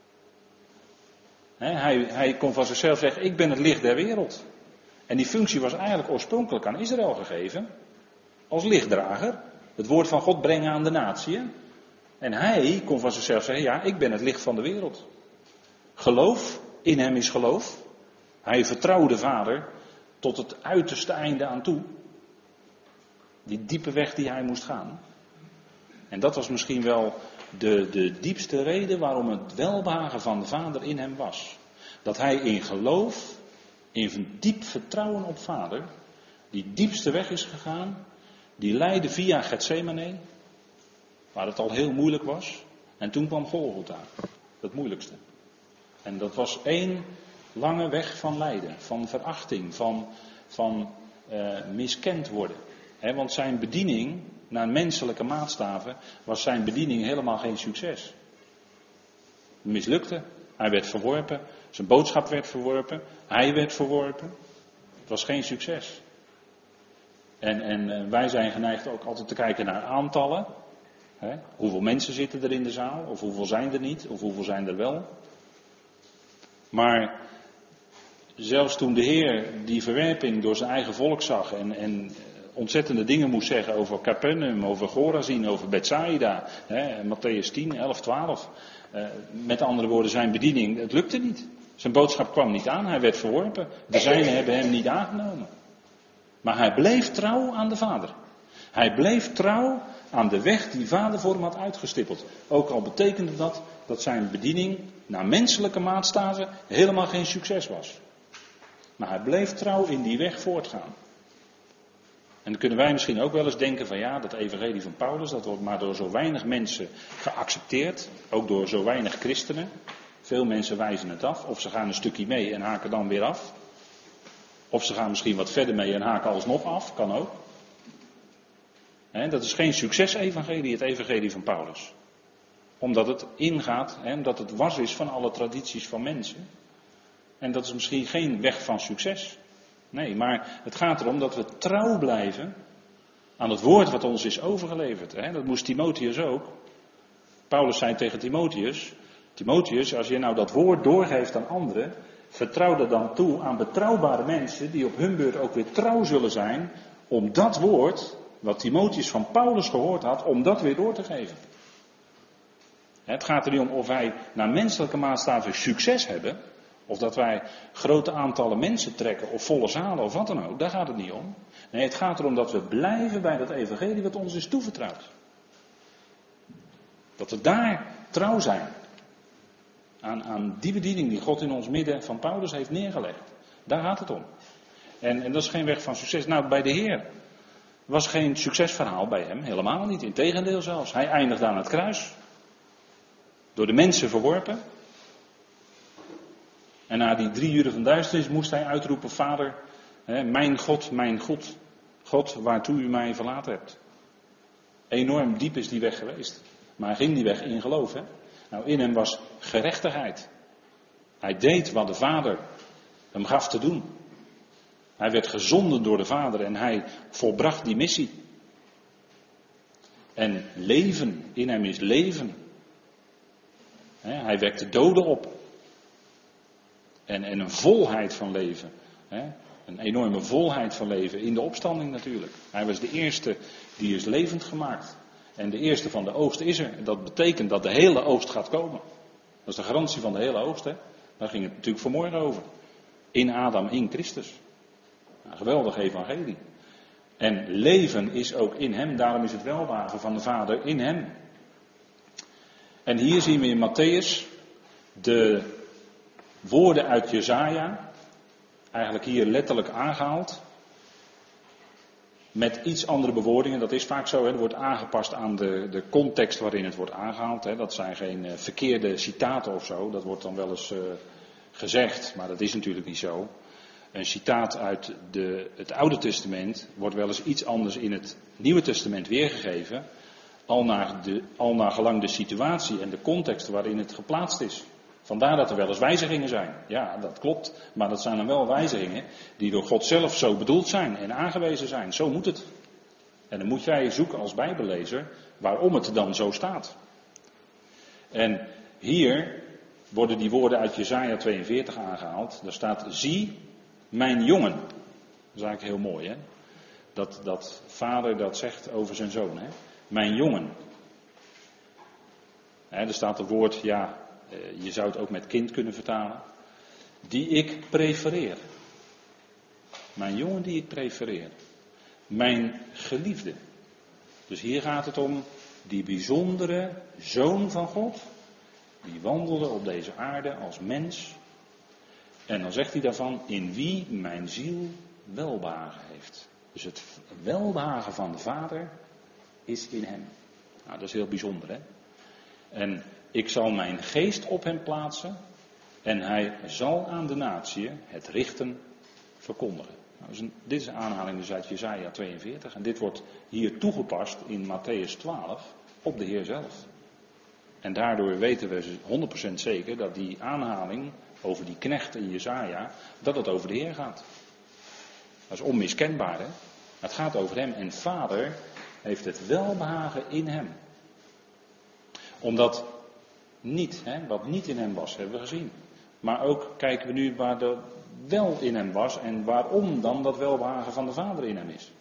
He, hij, hij kon van zichzelf zeggen, ik ben het licht der wereld. En die functie was eigenlijk oorspronkelijk aan Israël gegeven. Als lichtdrager. Het woord van God brengen aan de natieën. En hij kon van zichzelf zeggen, ja, ik ben het licht van de wereld. Geloof, in hem is geloof. Hij vertrouwde de Vader tot het uiterste einde aan toe. Die diepe weg die hij moest gaan. En dat was misschien wel de, de diepste reden waarom het welbehagen van de Vader in hem was. Dat hij in geloof, in diep vertrouwen op Vader, die diepste weg is gegaan. Die leidde via Getsemane, waar het al heel moeilijk was. En toen kwam Golgotha, het moeilijkste. En dat was één lange weg van lijden, van verachting, van, van uh, miskend worden. He, want zijn bediening, naar menselijke maatstaven, was zijn bediening helemaal geen succes. Het mislukte, hij werd verworpen, zijn boodschap werd verworpen, hij werd verworpen. Het was geen succes. En, en wij zijn geneigd ook altijd te kijken naar aantallen. Hè? Hoeveel mensen zitten er in de zaal? Of hoeveel zijn er niet? Of hoeveel zijn er wel? Maar zelfs toen de Heer die verwerping door zijn eigen volk zag en, en ontzettende dingen moest zeggen over Capernaum, over Chorazin, over Bethsaida, hè, Matthäus tien, elf, twaalf. Uh, met andere woorden, zijn bediening, het lukte niet. Zijn boodschap kwam niet aan, hij werd verworpen. De zijnen hebben hem niet aangenomen. Maar hij bleef trouw aan de Vader. Hij bleef trouw aan de weg die Vader voor hem had uitgestippeld. Ook al betekende dat dat zijn bediening naar menselijke maatstaven helemaal geen succes was. Maar hij bleef trouw in die weg voortgaan. En dan kunnen wij misschien ook wel eens denken van ja, dat evangelie van Paulus, dat wordt maar door zo weinig mensen geaccepteerd. Ook door zo weinig christenen. Veel mensen wijzen het af. Of ze gaan een stukje mee en haken dan weer af. Of ze gaan misschien wat verder mee en haken alsnog af. Kan ook. He, dat is geen succes-evangelie, het evangelie van Paulus. Omdat het ingaat, he, omdat het wars is van alle tradities van mensen. En dat is misschien geen weg van succes. Nee, maar het gaat erom dat we trouw blijven aan het woord wat ons is overgeleverd. He, dat moest Timotheus ook. Paulus zei tegen Timotheus, Timotheus, als je nou dat woord doorgeeft aan anderen, vertrouw dat dan toe aan betrouwbare mensen die op hun beurt ook weer trouw zullen zijn om dat woord, wat Timotheus van Paulus gehoord had, om dat weer door te geven. Het gaat er niet om of wij naar menselijke maatstaven succes hebben, of dat wij grote aantallen mensen trekken, of volle zalen, of wat dan ook. Daar gaat het niet om. Nee, het gaat erom dat we blijven bij dat evangelie wat ons is toevertrouwd. Dat we daar trouw zijn. Aan, aan die bediening die God in ons midden van Paulus heeft neergelegd. Daar gaat het om. En, en dat is geen weg van succes. Nou, bij de Heer was geen succesverhaal bij hem. Helemaal niet. Integendeel zelfs. Hij eindigde aan het kruis. Door de mensen verworpen. En na die drie uren van duisternis moest hij uitroepen, Vader, hè, mijn God, mijn God. God, waartoe u mij verlaten hebt. Enorm diep is die weg geweest. Maar hij ging die weg in geloof. Hè? Nou, in hem was gerechtigheid. Hij deed wat de Vader hem gaf te doen. Hij werd gezonden door de Vader en hij volbracht die missie. En leven, in hem is leven. He, hij wekt de doden op. En, en een volheid van leven. He, een enorme volheid van leven in de opstanding natuurlijk. Hij was de eerste die is levend gemaakt. En de eerste van de oogst is er. Dat betekent dat de hele oogst gaat komen. Dat is de garantie van de hele oogst. Hè? Daar ging het natuurlijk vanmorgen over. In Adam, in Christus. Een geweldig evangelie. En leven is ook in hem. Daarom is het welwagen van de Vader in hem. En hier zien we in Matthäus de woorden uit Jesaja. Eigenlijk hier letterlijk aangehaald. Met iets andere bewoordingen, dat is vaak zo. Hè. Het wordt aangepast aan de, de context waarin het wordt aangehaald. Hè. Dat zijn geen uh, verkeerde citaten of zo. Dat wordt dan wel eens uh, gezegd, maar dat is natuurlijk niet zo. Een citaat uit de, het Oude Testament wordt wel eens iets anders in het Nieuwe Testament weergegeven. Al naar, de, al naar gelang de situatie en de context waarin het geplaatst is. Vandaar dat er wel eens wijzigingen zijn. Ja, dat klopt. Maar dat zijn dan wel wijzigingen die door God zelf zo bedoeld zijn en aangewezen zijn. Zo moet het. En dan moet jij zoeken als Bijbellezer waarom het dan zo staat. En hier worden die woorden uit Jesaja tweeënveertig aangehaald. Daar staat, zie mijn jongen. Dat is eigenlijk heel mooi, hè. Dat, dat vader dat zegt over zijn zoon, hè. Mijn jongen. Hè, er staat het woord, ja... Je zou het ook met kind kunnen vertalen. Die ik prefereer. Mijn jongen die ik prefereer. Mijn geliefde. Dus hier gaat het om die bijzondere zoon van God. Die wandelde op deze aarde als mens. En dan zegt hij daarvan, in wie mijn ziel welbehagen heeft. Dus het welbehagen van de Vader is in hem. Nou, dat is heel bijzonder, hè. En ik zal mijn geest op hem plaatsen en hij zal aan de natie het richten verkondigen. Nou, dus een, dit is een aanhaling dus uit Jesaja tweeënveertig en dit wordt hier toegepast in Matthäus twaalf op de Heer zelf. En daardoor weten we honderd procent zeker dat die aanhaling over die knecht in Jesaja, dat het over de Heer gaat. Dat is onmiskenbaar, hè. Het gaat over hem. En Vader heeft het welbehagen in hem. Omdat niet, hè, wat niet in hem was, hebben we gezien. Maar ook kijken we nu waar er wel in hem was en waarom dan dat welbehagen van de Vader in hem is.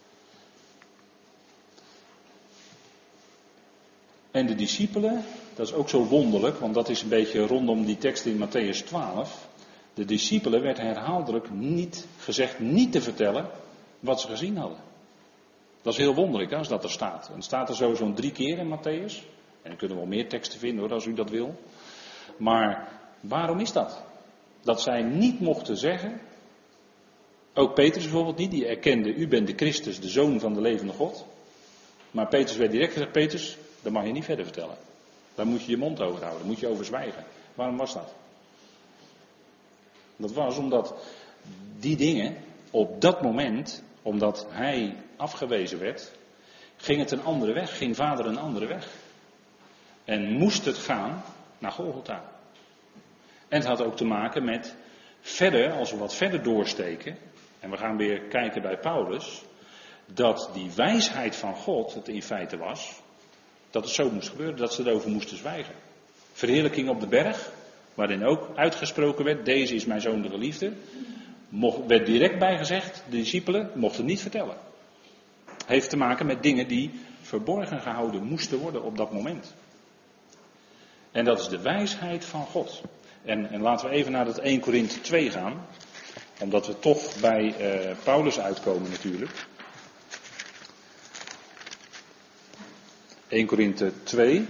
En de discipelen, dat is ook zo wonderlijk, want dat is een beetje rondom die tekst in Matthäus twaalf. De discipelen werd herhaaldelijk niet gezegd niet te vertellen wat ze gezien hadden. Dat is heel wonderlijk hè, als dat er staat. En het staat er zo zo'n drie keer in Matthäus. En er kunnen wel meer teksten vinden hoor, als u dat wil. Maar waarom is dat? Dat zij niet mochten zeggen, ook Petrus bijvoorbeeld niet, die erkende, u bent de Christus, de Zoon van de levende God. Maar Petrus werd direct gezegd, Petrus, dat mag je niet verder vertellen. Daar moet je je mond over houden, daar moet je over zwijgen. Waarom was dat? Dat was omdat die dingen op dat moment, omdat hij afgewezen werd, ging het een andere weg, ging Vader een andere weg. En moest het gaan naar Golgotha. En het had ook te maken met verder, als we wat verder doorsteken, en we gaan weer kijken bij Paulus, dat die wijsheid van God het in feite was, dat het zo moest gebeuren, dat ze erover moesten zwijgen. Verheerlijking op de berg, waarin ook uitgesproken werd, deze is mijn zoon de geliefde, mocht, werd direct bijgezegd, de discipelen mochten het niet vertellen. Heeft te maken met dingen die verborgen gehouden moesten worden op dat moment. En dat is de wijsheid van God. En, en laten we even naar dat eerste Korinthe twee gaan. Omdat we toch bij uh, Paulus uitkomen natuurlijk. eerste Korinthe twee.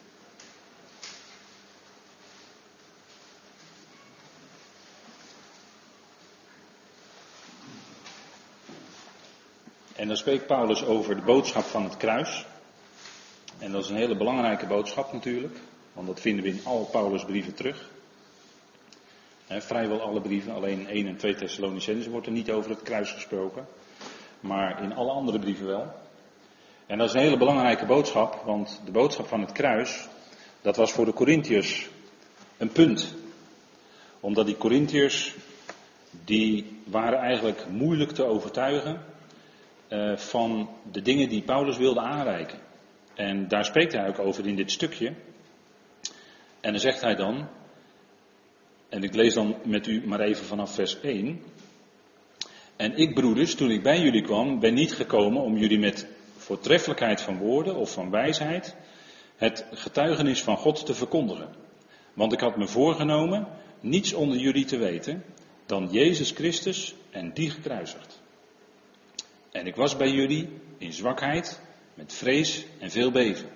En dan spreekt Paulus over de boodschap van het kruis. En dat is een hele belangrijke boodschap natuurlijk. Want dat vinden we in al Paulus' brieven terug. He, vrijwel alle brieven, alleen in één en twee Thessalonicenzen wordt er niet over het kruis gesproken. Maar in alle andere brieven wel. En dat is een hele belangrijke boodschap, want de boodschap van het kruis, dat was voor de Korintiërs een punt. Omdat die Korintiërs, die waren eigenlijk moeilijk te overtuigen uh, van de dingen die Paulus wilde aanreiken. En daar spreekt hij ook over in dit stukje. En dan zegt hij dan, en ik lees dan met u maar even vanaf vers één. En ik, broeders, toen ik bij jullie kwam, ben niet gekomen om jullie met voortreffelijkheid van woorden of van wijsheid het getuigenis van God te verkondigen. Want ik had me voorgenomen niets onder jullie te weten dan Jezus Christus en die gekruisigd. En ik was bij jullie in zwakheid, met vrees en veel beven.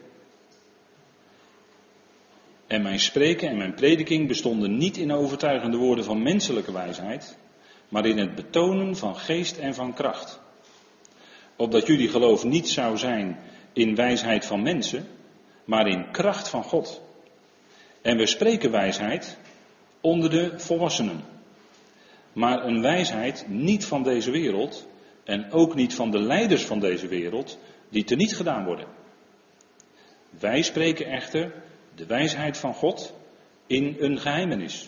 En mijn spreken en mijn prediking bestonden niet in overtuigende woorden van menselijke wijsheid, maar in het betonen van geest en van kracht. Opdat jullie geloof niet zou zijn in wijsheid van mensen, maar in kracht van God. En we spreken wijsheid onder de volwassenen. Maar een wijsheid niet van deze wereld en ook niet van de leiders van deze wereld, die teniet gedaan worden. Wij spreken echter de wijsheid van God in een geheimenis.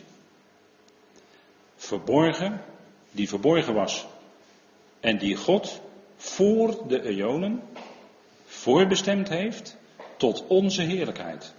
Verborgen, die verborgen was en die God voor de eonen voorbestemd heeft tot onze heerlijkheid.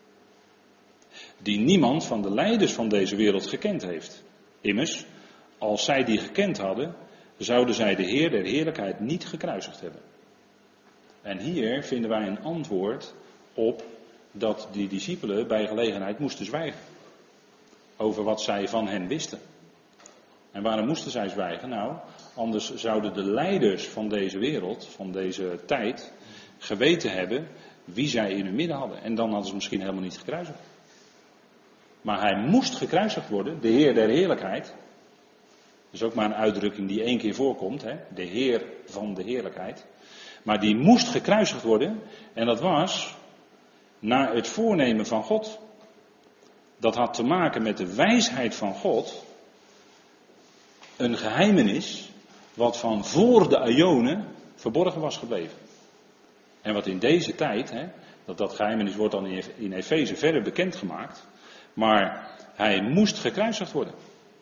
Die niemand van de leiders van deze wereld gekend heeft. Immers, als zij die gekend hadden, zouden zij de Heer der heerlijkheid niet gekruisigd hebben. En hier vinden wij een antwoord op dat die discipelen bij gelegenheid moesten zwijgen. Over wat zij van hen wisten. En waarom moesten zij zwijgen? Nou, anders zouden de leiders van deze wereld, van deze tijd, geweten hebben wie zij in hun midden hadden. En dan hadden ze misschien helemaal niet gekruisigd. Maar hij moest gekruisigd worden, de Heer der heerlijkheid. Dat is ook maar een uitdrukking die één keer voorkomt, hè? De Heer van de heerlijkheid. Maar die moest gekruisigd worden en dat was naar het voornemen van God. Dat had te maken met de wijsheid van God. Een geheimenis wat van voor de aionen verborgen was gebleven. En wat in deze tijd, hè, dat, dat geheimenis wordt dan in Efeze verder bekendgemaakt. Maar hij moest gekruisigd worden.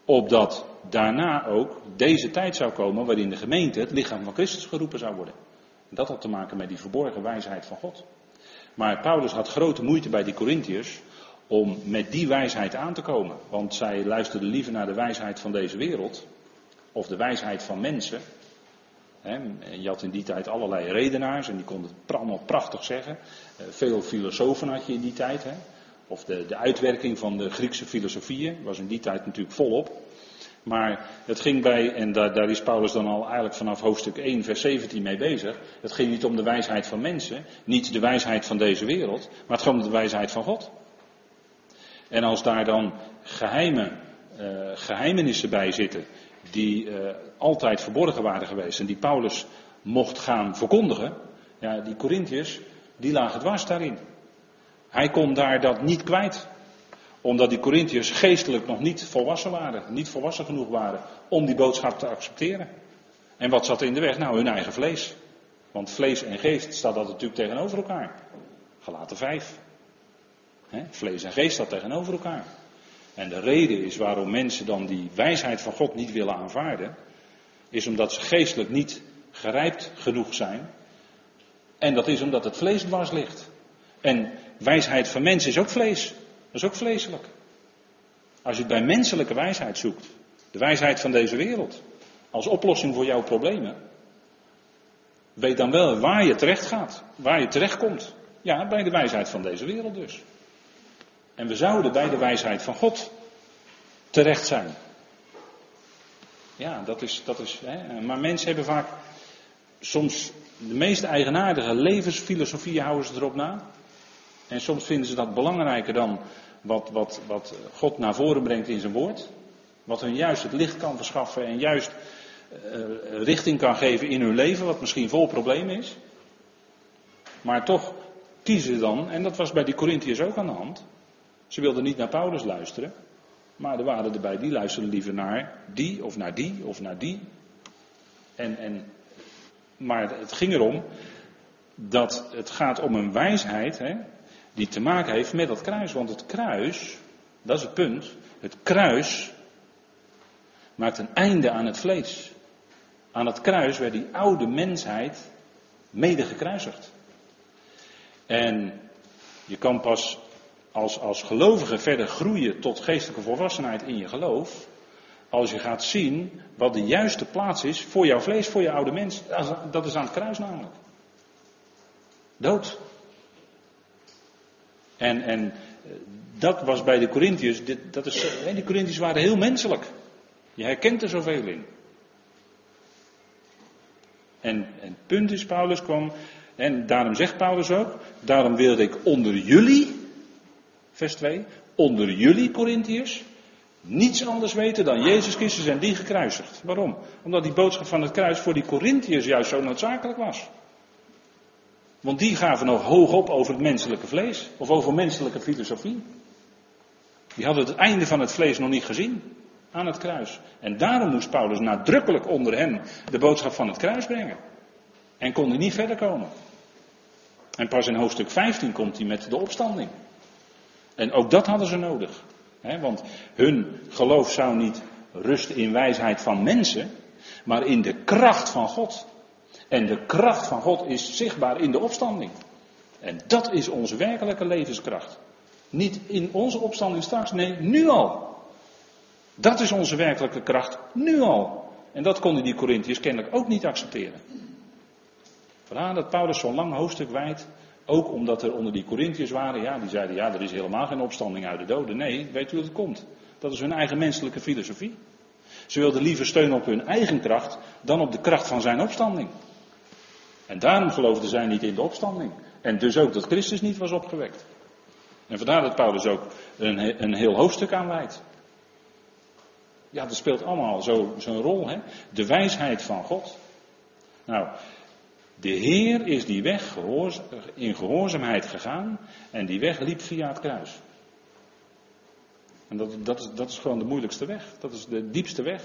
Opdat daarna ook deze tijd zou komen waarin de gemeente het lichaam van Christus geroepen zou worden. Dat had te maken met die verborgen wijsheid van God. Maar Paulus had grote moeite bij die Korintiërs om met die wijsheid aan te komen. Want zij luisterden liever naar de wijsheid van deze wereld. Of de wijsheid van mensen. Je had in die tijd allerlei redenaars en die konden het allemaal prachtig zeggen. Veel filosofen had je in die tijd. Of de, de uitwerking van de Griekse filosofieën was in die tijd natuurlijk volop. Maar het ging bij, en daar, daar is Paulus dan al eigenlijk vanaf hoofdstuk één vers zeventien mee bezig. Het ging niet om de wijsheid van mensen, niet de wijsheid van deze wereld, maar het ging om de wijsheid van God. En als daar dan geheime, uh, geheimenissen bij zitten, die uh, altijd verborgen waren geweest en die Paulus mocht gaan verkondigen, ja, die Korintiërs, die lagen dwars daarin. Hij kon daar dat niet kwijt. Omdat die Korintiërs geestelijk nog niet volwassen waren. Niet volwassen genoeg waren om die boodschap te accepteren. En wat zat in de weg? Nou, hun eigen vlees. Want vlees en geest staat dat natuurlijk tegenover elkaar. Galaten vijf. He, vlees en geest staat tegenover elkaar. En de reden is waarom mensen dan die wijsheid van God niet willen aanvaarden. Is omdat ze geestelijk niet gerijpt genoeg zijn. En dat is omdat het vlees dwars ligt. En wijsheid van mensen is ook vlees. Dat is ook vleeselijk. Als je het bij menselijke wijsheid zoekt, de wijsheid van deze wereld, als oplossing voor jouw problemen, weet dan wel waar je terecht gaat, waar je terecht komt. Ja, bij de wijsheid van deze wereld dus. En we zouden bij de wijsheid van God terecht zijn. Ja, dat is, dat is, hè. Maar mensen hebben vaak soms de meest eigenaardige levensfilosofieën houden ze erop na. En soms vinden ze dat belangrijker dan wat, wat, wat God naar voren brengt in zijn woord. Wat hun juist het licht kan verschaffen en juist uh, richting kan geven in hun leven, wat misschien vol problemen is. Maar toch kiezen ze dan, en dat was bij die Korintiërs ook aan de hand. Ze wilden niet naar Paulus luisteren, maar er waren erbij die luisterden liever naar die of naar die of naar die. En, en, maar het ging erom dat het gaat om een wijsheid, hè, die te maken heeft met dat kruis. Want het kruis, dat is het punt, het kruis maakt een einde aan het vlees. Aan het kruis werd die oude mensheid mede gekruisigd. En je kan pas als, als gelovige verder groeien tot geestelijke volwassenheid in je geloof, als je gaat zien wat de juiste plaats is voor jouw vlees, voor je oude mens. Dat is aan het kruis namelijk. Dood. En, en dat was bij de Korintiërs, dat is, die Korintiërs waren heel menselijk. Je herkent er zoveel in. En, en het punt is, Paulus kwam, en daarom zegt Paulus ook, daarom wilde ik onder jullie, vers twee, onder jullie Korintiërs, niets anders weten dan Jezus Christus en die gekruisigd. Waarom? Omdat die boodschap van het kruis voor die Korintiërs juist zo noodzakelijk was. Want die gaven nog hoog op over het menselijke vlees. Of over menselijke filosofie. Die hadden het einde van het vlees nog niet gezien. Aan het kruis. En daarom moest Paulus nadrukkelijk onder hen de boodschap van het kruis brengen. En kon hij niet verder komen. En pas in hoofdstuk vijftien komt hij met de opstanding. En ook dat hadden ze nodig. He, want hun geloof zou niet rusten in wijsheid van mensen. Maar in de kracht van God. En de kracht van God is zichtbaar in de opstanding. En dat is onze werkelijke levenskracht. Niet in onze opstanding straks, nee, nu al. Dat is onze werkelijke kracht, nu al. En dat konden die Korintiërs kennelijk ook niet accepteren. Vandaar dat Paulus zo'n lang hoofdstuk wijdt. Ook omdat er onder die Korintiërs waren, ja, die zeiden, ja, er is helemaal geen opstanding uit de doden. Nee, weet u hoe het komt? Dat is hun eigen menselijke filosofie. Ze wilden liever steunen op hun eigen kracht dan op de kracht van zijn opstanding. En daarom geloofden zij niet in de opstanding. En dus ook dat Christus niet was opgewekt. En vandaar dat Paulus ook een, een heel hoofdstuk aanwijdt. Ja, dat speelt allemaal zo, zo'n rol, hè. De wijsheid van God. Nou, de Heer is die weg gehoorza- in gehoorzaamheid gegaan. En die weg liep via het kruis. En dat, dat, is, dat is gewoon de moeilijkste weg. Dat is de diepste weg.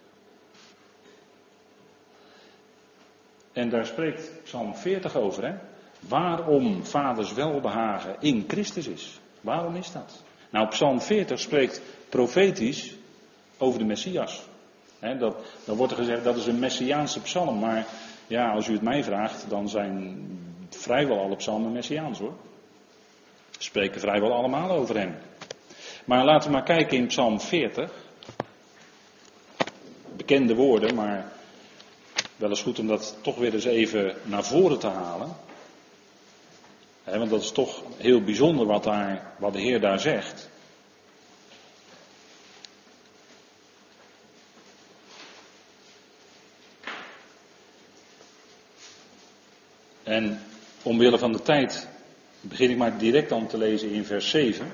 En daar spreekt Psalm veertig over, hè. Waarom vaders welbehagen in Christus is. Waarom is dat? Nou, Psalm veertig spreekt profetisch over de Messias. He, dat, dan wordt er gezegd dat is een Messiaanse psalm, maar ja, als u het mij vraagt, dan zijn vrijwel alle psalmen Messiaans hoor. We spreken vrijwel allemaal over hem. Maar laten we maar kijken in psalm veertig. Bekende woorden, maar wel eens goed om dat toch weer eens even naar voren te halen. He, want dat is toch heel bijzonder wat, daar, wat de Heer daar zegt. En omwille van de tijd begin ik maar direct dan te lezen in vers zeven.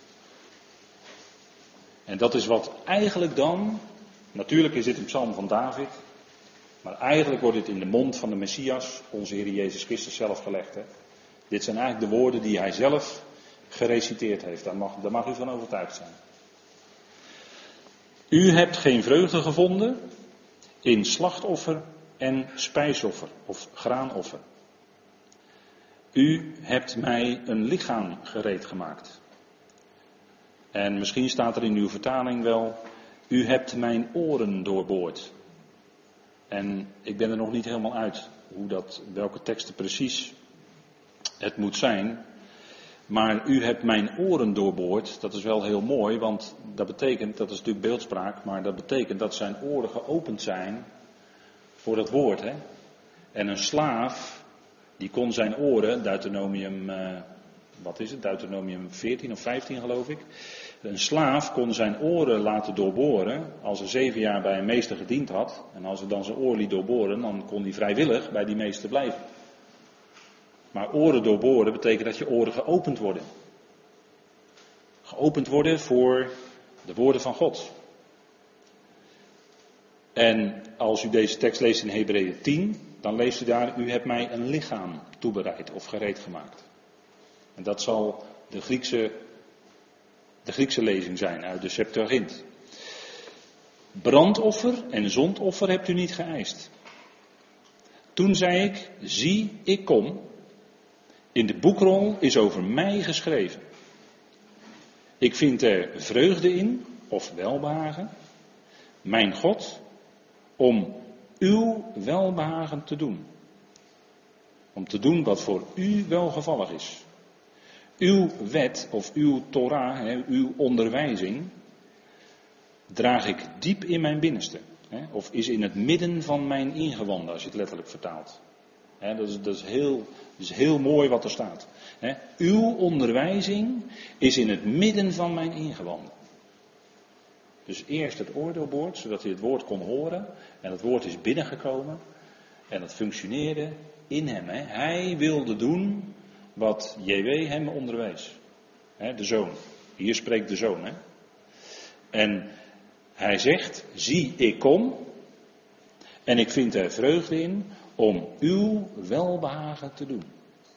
En dat is wat eigenlijk dan, natuurlijk is dit een psalm van David, maar eigenlijk wordt dit in de mond van de Messias, onze Heer Jezus Christus zelf gelegd. Hè? Dit zijn eigenlijk de woorden die hij zelf gereciteerd heeft, daar mag, daar mag u van overtuigd zijn. U hebt geen vreugde gevonden in slachtoffer en spijsoffer of graanoffer. U hebt mij een lichaam gereed gemaakt. En misschien staat er in uw vertaling wel, u hebt mijn oren doorboord. En ik ben er nog niet helemaal uit hoe dat, welke teksten precies het moet zijn. Maar u hebt mijn oren doorboord, dat is wel heel mooi, want dat betekent, dat is natuurlijk beeldspraak, maar dat betekent dat zijn oren geopend zijn voor het woord. Hè? En een slaaf, die kon zijn oren, Deuteronomium, uh, wat is het, Deuteronomium veertien of vijftien geloof ik. Een slaaf kon zijn oren laten doorboren als hij zeven jaar bij een meester gediend had. En als hij dan zijn oor liet doorboren, dan kon hij vrijwillig bij die meester blijven. Maar oren doorboren betekent dat je oren geopend worden. Geopend worden voor de woorden van God. En als u deze tekst leest in Hebreeën tien, dan leest u daar, u hebt mij een lichaam toebereid of gereed gemaakt. En dat zal de Griekse, de Griekse lezing zijn uit de Septuagint. Brandoffer en zondoffer hebt u niet geëist. Toen zei ik, zie, ik kom. In de boekrol is over mij geschreven. Ik vind er vreugde in, of welbehagen, mijn God, om uw welbehagen te doen. Om te doen wat voor u welgevallig is. Uw wet of uw Torah, hè, uw onderwijzing, draag ik diep in mijn binnenste. Hè, of is in het midden van mijn ingewanden, als je het letterlijk vertaalt. Hè, dat, is, dat, is heel, dat is heel mooi wat er staat. Hè, uw onderwijzing is in het midden van mijn ingewanden. Dus eerst het oor doorboord, zodat hij het woord kon horen. En het woord is binnengekomen. En het functioneerde in hem. Hè. Hij wilde doen wat J W hem onderwees. Hè, de zoon. Hier spreekt de zoon. Hè. En hij zegt, zie ik kom. En ik vind er vreugde in om uw welbehagen te doen.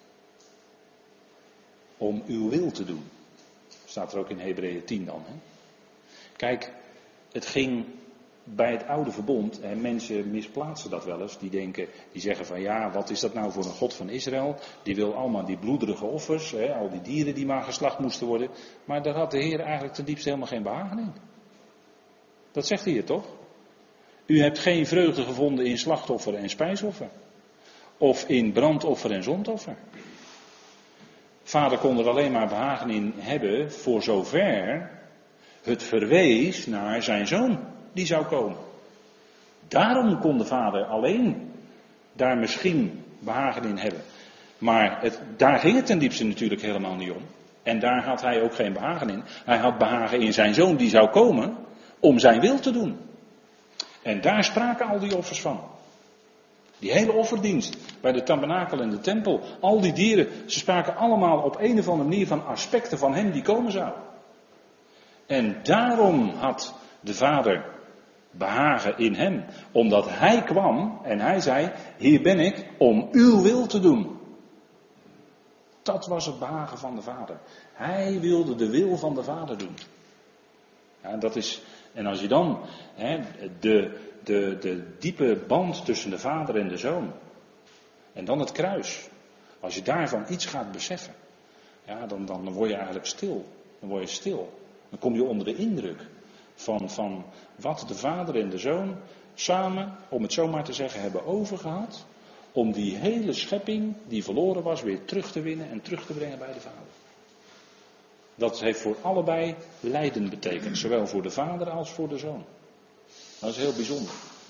Om uw wil te doen. Staat er ook in Hebreeën tien dan. Hè. Kijk, het ging bij het oude verbond, en mensen misplaatsen dat wel eens, die denken, die zeggen van ja, wat is dat nou voor een God van Israël? Die wil allemaal die bloederige offers, hè, al die dieren die maar geslacht moesten worden. Maar daar had de Heer eigenlijk ten diepste helemaal geen behagen in. Dat zegt hij hier toch? U hebt geen vreugde gevonden in slachtoffer en spijsoffer. Of in brandoffer en zondoffer. Vader kon er alleen maar behagen in hebben voor zover het verwees naar zijn zoon die zou komen. Daarom kon de vader alleen daar misschien behagen in hebben. Maar het, daar ging het ten diepste natuurlijk helemaal niet om. En daar had hij ook geen behagen in. Hij had behagen in zijn zoon die zou komen om zijn wil te doen. En daar spraken al die offers van. Die hele offerdienst bij de tabernakel en de tempel. Al die dieren, ze spraken allemaal op een of andere manier van aspecten van hem die komen zou. En daarom had de vader behagen in hem. Omdat hij kwam en hij zei, hier ben ik om uw wil te doen. Dat was het behagen van de vader. Hij wilde de wil van de vader doen. Ja, dat is, en als je dan hè, de, de, de diepe band tussen de vader en de zoon. En dan het kruis. Als je daarvan iets gaat beseffen. Ja, dan, dan word je eigenlijk stil. Dan word je stil. Dan kom je onder de indruk Van, van wat de Vader en de Zoon samen, om het zo maar te zeggen, hebben overgehad. Om die hele schepping die verloren was weer terug te winnen en terug te brengen bij de Vader. Dat heeft voor allebei lijden betekend. Zowel voor de Vader als voor de Zoon. Dat is heel bijzonder.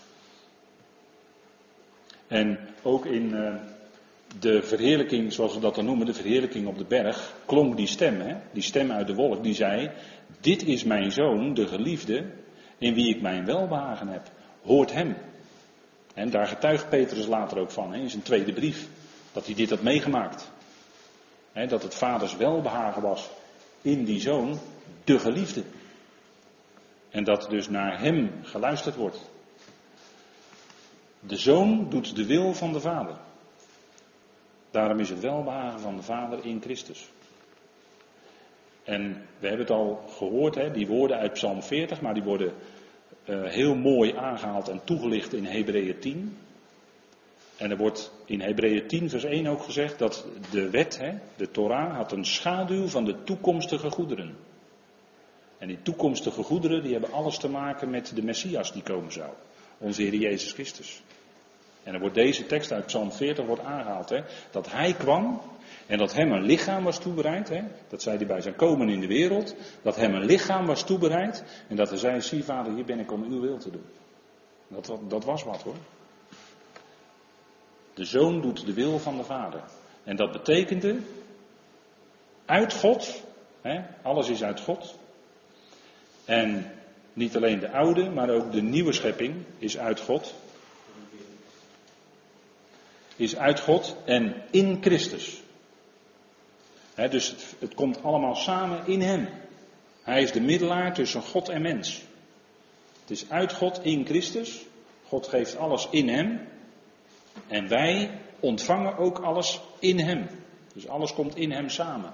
En ook in uh, de verheerlijking, zoals we dat dan noemen, de verheerlijking op de berg, klonk die stem, hè? Die stem uit de wolk, die zei: dit is mijn Zoon, de geliefde, in wie ik mijn welbehagen heb. Hoort hem. En daar getuigt Petrus later ook van, hè, in zijn tweede brief, dat hij dit had meegemaakt. Hè, dat het vaders welbehagen was in die Zoon, de geliefde. En dat dus naar hem geluisterd wordt. De Zoon doet de wil van de Vader. Daarom is het welbehagen van de Vader in Christus. En we hebben het al gehoord, hè, die woorden uit Psalm veertig, maar die worden uh, heel mooi aangehaald en toegelicht in Hebreeën tien. En er wordt in Hebreeën tien vers één ook gezegd dat de wet, hè, de Torah, had een schaduw van de toekomstige goederen. En die toekomstige goederen die hebben alles te maken met de Messias die komen zou. Onze Heer Jezus Christus. En dan wordt deze tekst uit Psalm veertig wordt aangehaald. Hè, dat hij kwam en dat hem een lichaam was toebereid. Hè, dat zei hij bij zijn komen in de wereld. Dat hem een lichaam was toebereid. En dat hij zei: zie Vader, hier ben ik om uw wil te doen. Dat, dat was wat hoor. De Zoon doet de wil van de Vader. En dat betekende uit God. Hè, alles is uit God. En niet alleen de oude, maar ook de nieuwe schepping is uit God. Is uit God en in Christus. He, dus het, het komt allemaal samen in hem. Hij is de middelaar tussen God en mens. Het is uit God in Christus. God geeft alles in hem. En wij ontvangen ook alles in hem. Dus alles komt in hem samen.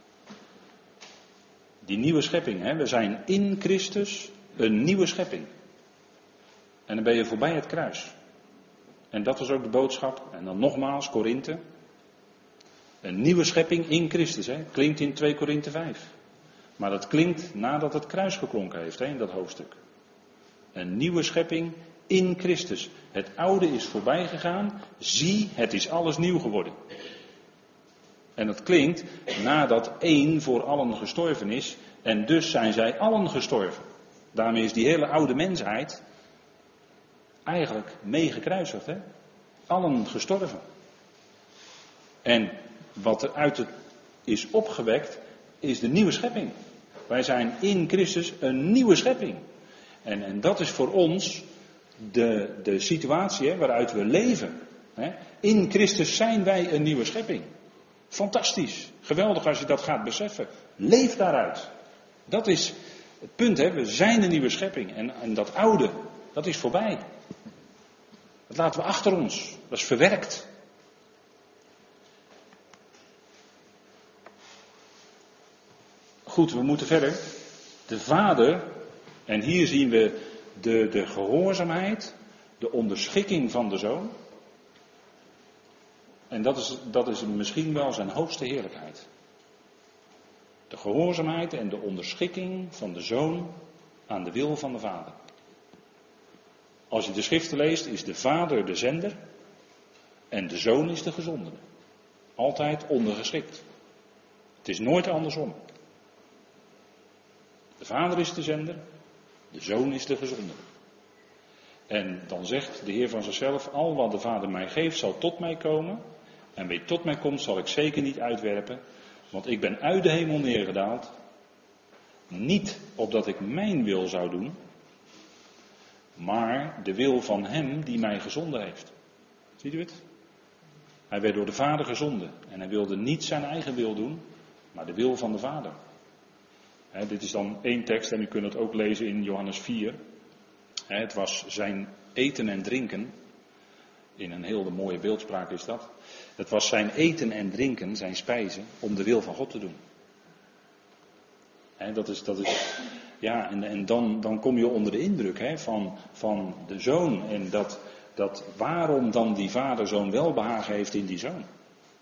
Die nieuwe schepping, hè? We zijn in Christus een nieuwe schepping. En dan ben je voorbij het kruis. En dat was ook de boodschap. En dan nogmaals, Korinthe. Een nieuwe schepping in Christus, hè? Klinkt in twee Korinthe vijf. Maar dat klinkt nadat het kruis geklonken heeft, hè, in dat hoofdstuk. Een nieuwe schepping in Christus. Het oude is voorbij gegaan. Zie, het is alles nieuw geworden. En dat klinkt nadat één voor allen gestorven is. En dus zijn zij allen gestorven. Daarmee is die hele oude mensheid eigenlijk mee gekruisigd. Hè? Allen gestorven. En wat er uit het is opgewekt is de nieuwe schepping. Wij zijn in Christus een nieuwe schepping. En, en dat is voor ons de, de situatie hè, waaruit we leven. Hè? In Christus zijn wij een nieuwe schepping. Fantastisch. Geweldig als je dat gaat beseffen. Leef daaruit. Dat is het punt. Hè? We zijn een nieuwe schepping. En, en dat oude, dat is voorbij. Dat laten we achter ons. Dat is verwerkt. Goed, we moeten verder. De Vader, en hier zien we de, de gehoorzaamheid, de onderschikking van de Zoon. En dat is, dat is misschien wel zijn hoogste heerlijkheid. De gehoorzaamheid en de onderschikking van de Zoon aan de wil van de Vader. Als je de schriften leest, is de Vader de zender en de Zoon is de gezondene. Altijd ondergeschikt. Het is nooit andersom. De Vader is de zender, de Zoon is de gezondene. En dan zegt de Heer van zichzelf: al wat de Vader mij geeft zal tot mij komen. En wie tot mij komt zal ik zeker niet uitwerpen. Want ik ben uit de hemel neergedaald. Niet opdat ik mijn wil zou doen. Maar de wil van hem die mij gezonden heeft. Ziet u het? Hij werd door de Vader gezonden. En hij wilde niet zijn eigen wil doen. Maar de wil van de Vader. He, dit is dan één tekst en u kunt het ook lezen in Johannes vier. He, het was zijn eten en drinken. In een heel mooie beeldspraak is dat. Het was zijn eten en drinken, zijn spijzen, om de wil van God te doen. He, dat is, dat is, ja, en, en dan, dan kom je onder de indruk he, van, van de Zoon. En dat, dat waarom dan die Vader zo'n welbehagen heeft in die Zoon.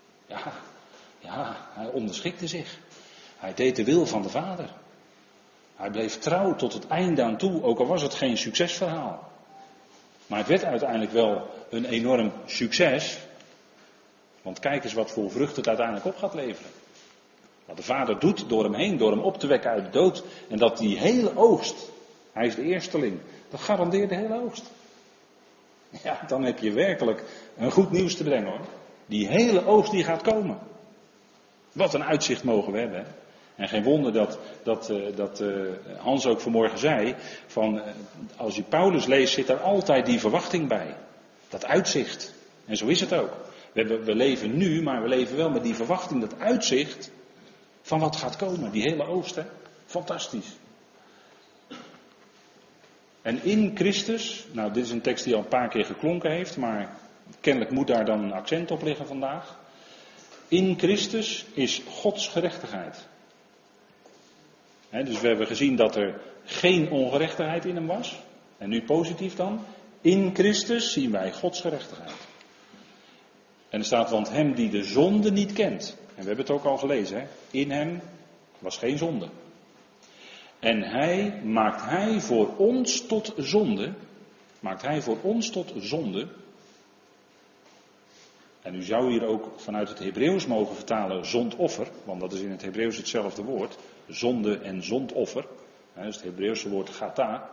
Ja, ja, hij onderschikte zich. Hij deed de wil van de Vader. Hij bleef trouw tot het einde aan toe, ook al was het geen succesverhaal. Maar het werd uiteindelijk wel een enorm succes. Want kijk eens wat voor vrucht het uiteindelijk op gaat leveren. Wat de Vader doet door hem heen, door hem op te wekken uit de dood. En dat die hele oogst, hij is de eersteling, dat garandeert de hele oogst. Ja, dan heb je werkelijk een goed nieuws te brengen hoor. Die hele oogst die gaat komen. Wat een uitzicht mogen we hebben. Hè? En geen wonder dat, dat, uh, dat uh, Hans ook vanmorgen zei, van, uh, als je Paulus leest zit er altijd die verwachting bij. Dat uitzicht. En zo is het ook. We, hebben, we leven nu, maar we leven wel met die verwachting, dat uitzicht van wat gaat komen. Die hele oogst, hè? Fantastisch. En in Christus, nou dit is een tekst die al een paar keer geklonken heeft, maar kennelijk moet daar dan een accent op liggen vandaag. In Christus is Gods gerechtigheid. He, dus we hebben gezien dat er geen ongerechtigheid in hem was. En nu positief dan. In Christus zien wij Gods gerechtigheid. En er staat, want hem die de zonde niet kent. En we hebben het ook al gelezen. Hè? In hem was geen zonde. En hij maakt hij voor ons tot zonde. Maakt hij voor ons tot zonde. En u zou hier ook vanuit het Hebreeuws mogen vertalen zondoffer. Want dat is in het Hebreeuws hetzelfde woord. Zonde en zondoffer. Dat is het Hebreeuwse woord gata.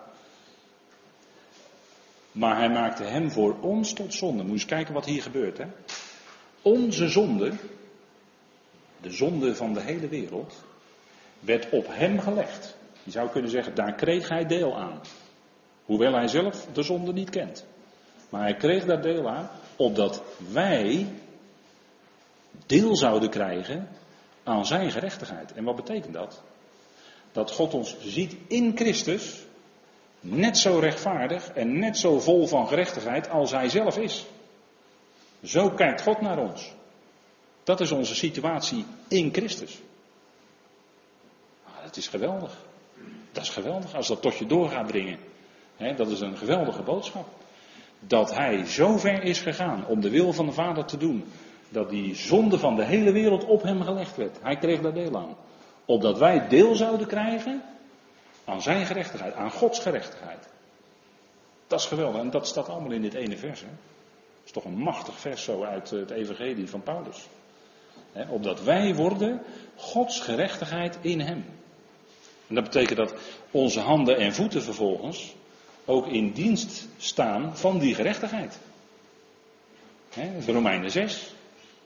Maar hij maakte hem voor ons tot zonde. Moet je eens kijken wat hier gebeurt. Hè? Onze zonde, de zonde van de hele wereld, werd op hem gelegd. Je zou kunnen zeggen, daar kreeg hij deel aan. Hoewel hij zelf de zonde niet kent. Maar hij kreeg daar deel aan, opdat wij deel zouden krijgen aan zijn gerechtigheid. En wat betekent dat? Dat God ons ziet in Christus, net zo rechtvaardig en net zo vol van gerechtigheid als hij zelf is. Zo kijkt God naar ons. Dat is onze situatie in Christus. Nou, dat is geweldig. Dat is geweldig als dat tot je door gaat dringen. He, dat is een geweldige boodschap. Dat hij zo ver is gegaan om de wil van de Vader te doen. Dat die zonde van de hele wereld op hem gelegd werd. Hij kreeg daar deel aan. Opdat wij deel zouden krijgen aan zijn gerechtigheid. Aan Gods gerechtigheid. Dat is geweldig. En dat staat allemaal in dit ene vers. Hè? Dat is toch een machtig vers zo uit het evangelie van Paulus. He, opdat wij worden Gods gerechtigheid in hem. En dat betekent dat onze handen en voeten vervolgens ook in dienst staan van die gerechtigheid. He, dat is Romeinen zes.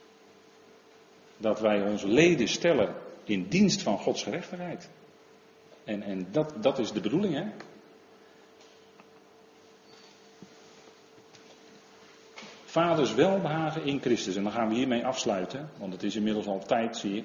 Dat wij onze leden stellen in dienst van Gods gerechtigheid. En, en dat, dat is de bedoeling, hè. Vaders welbehagen in Christus. En dan gaan we hiermee afsluiten. Want het is inmiddels al tijd, zie ik.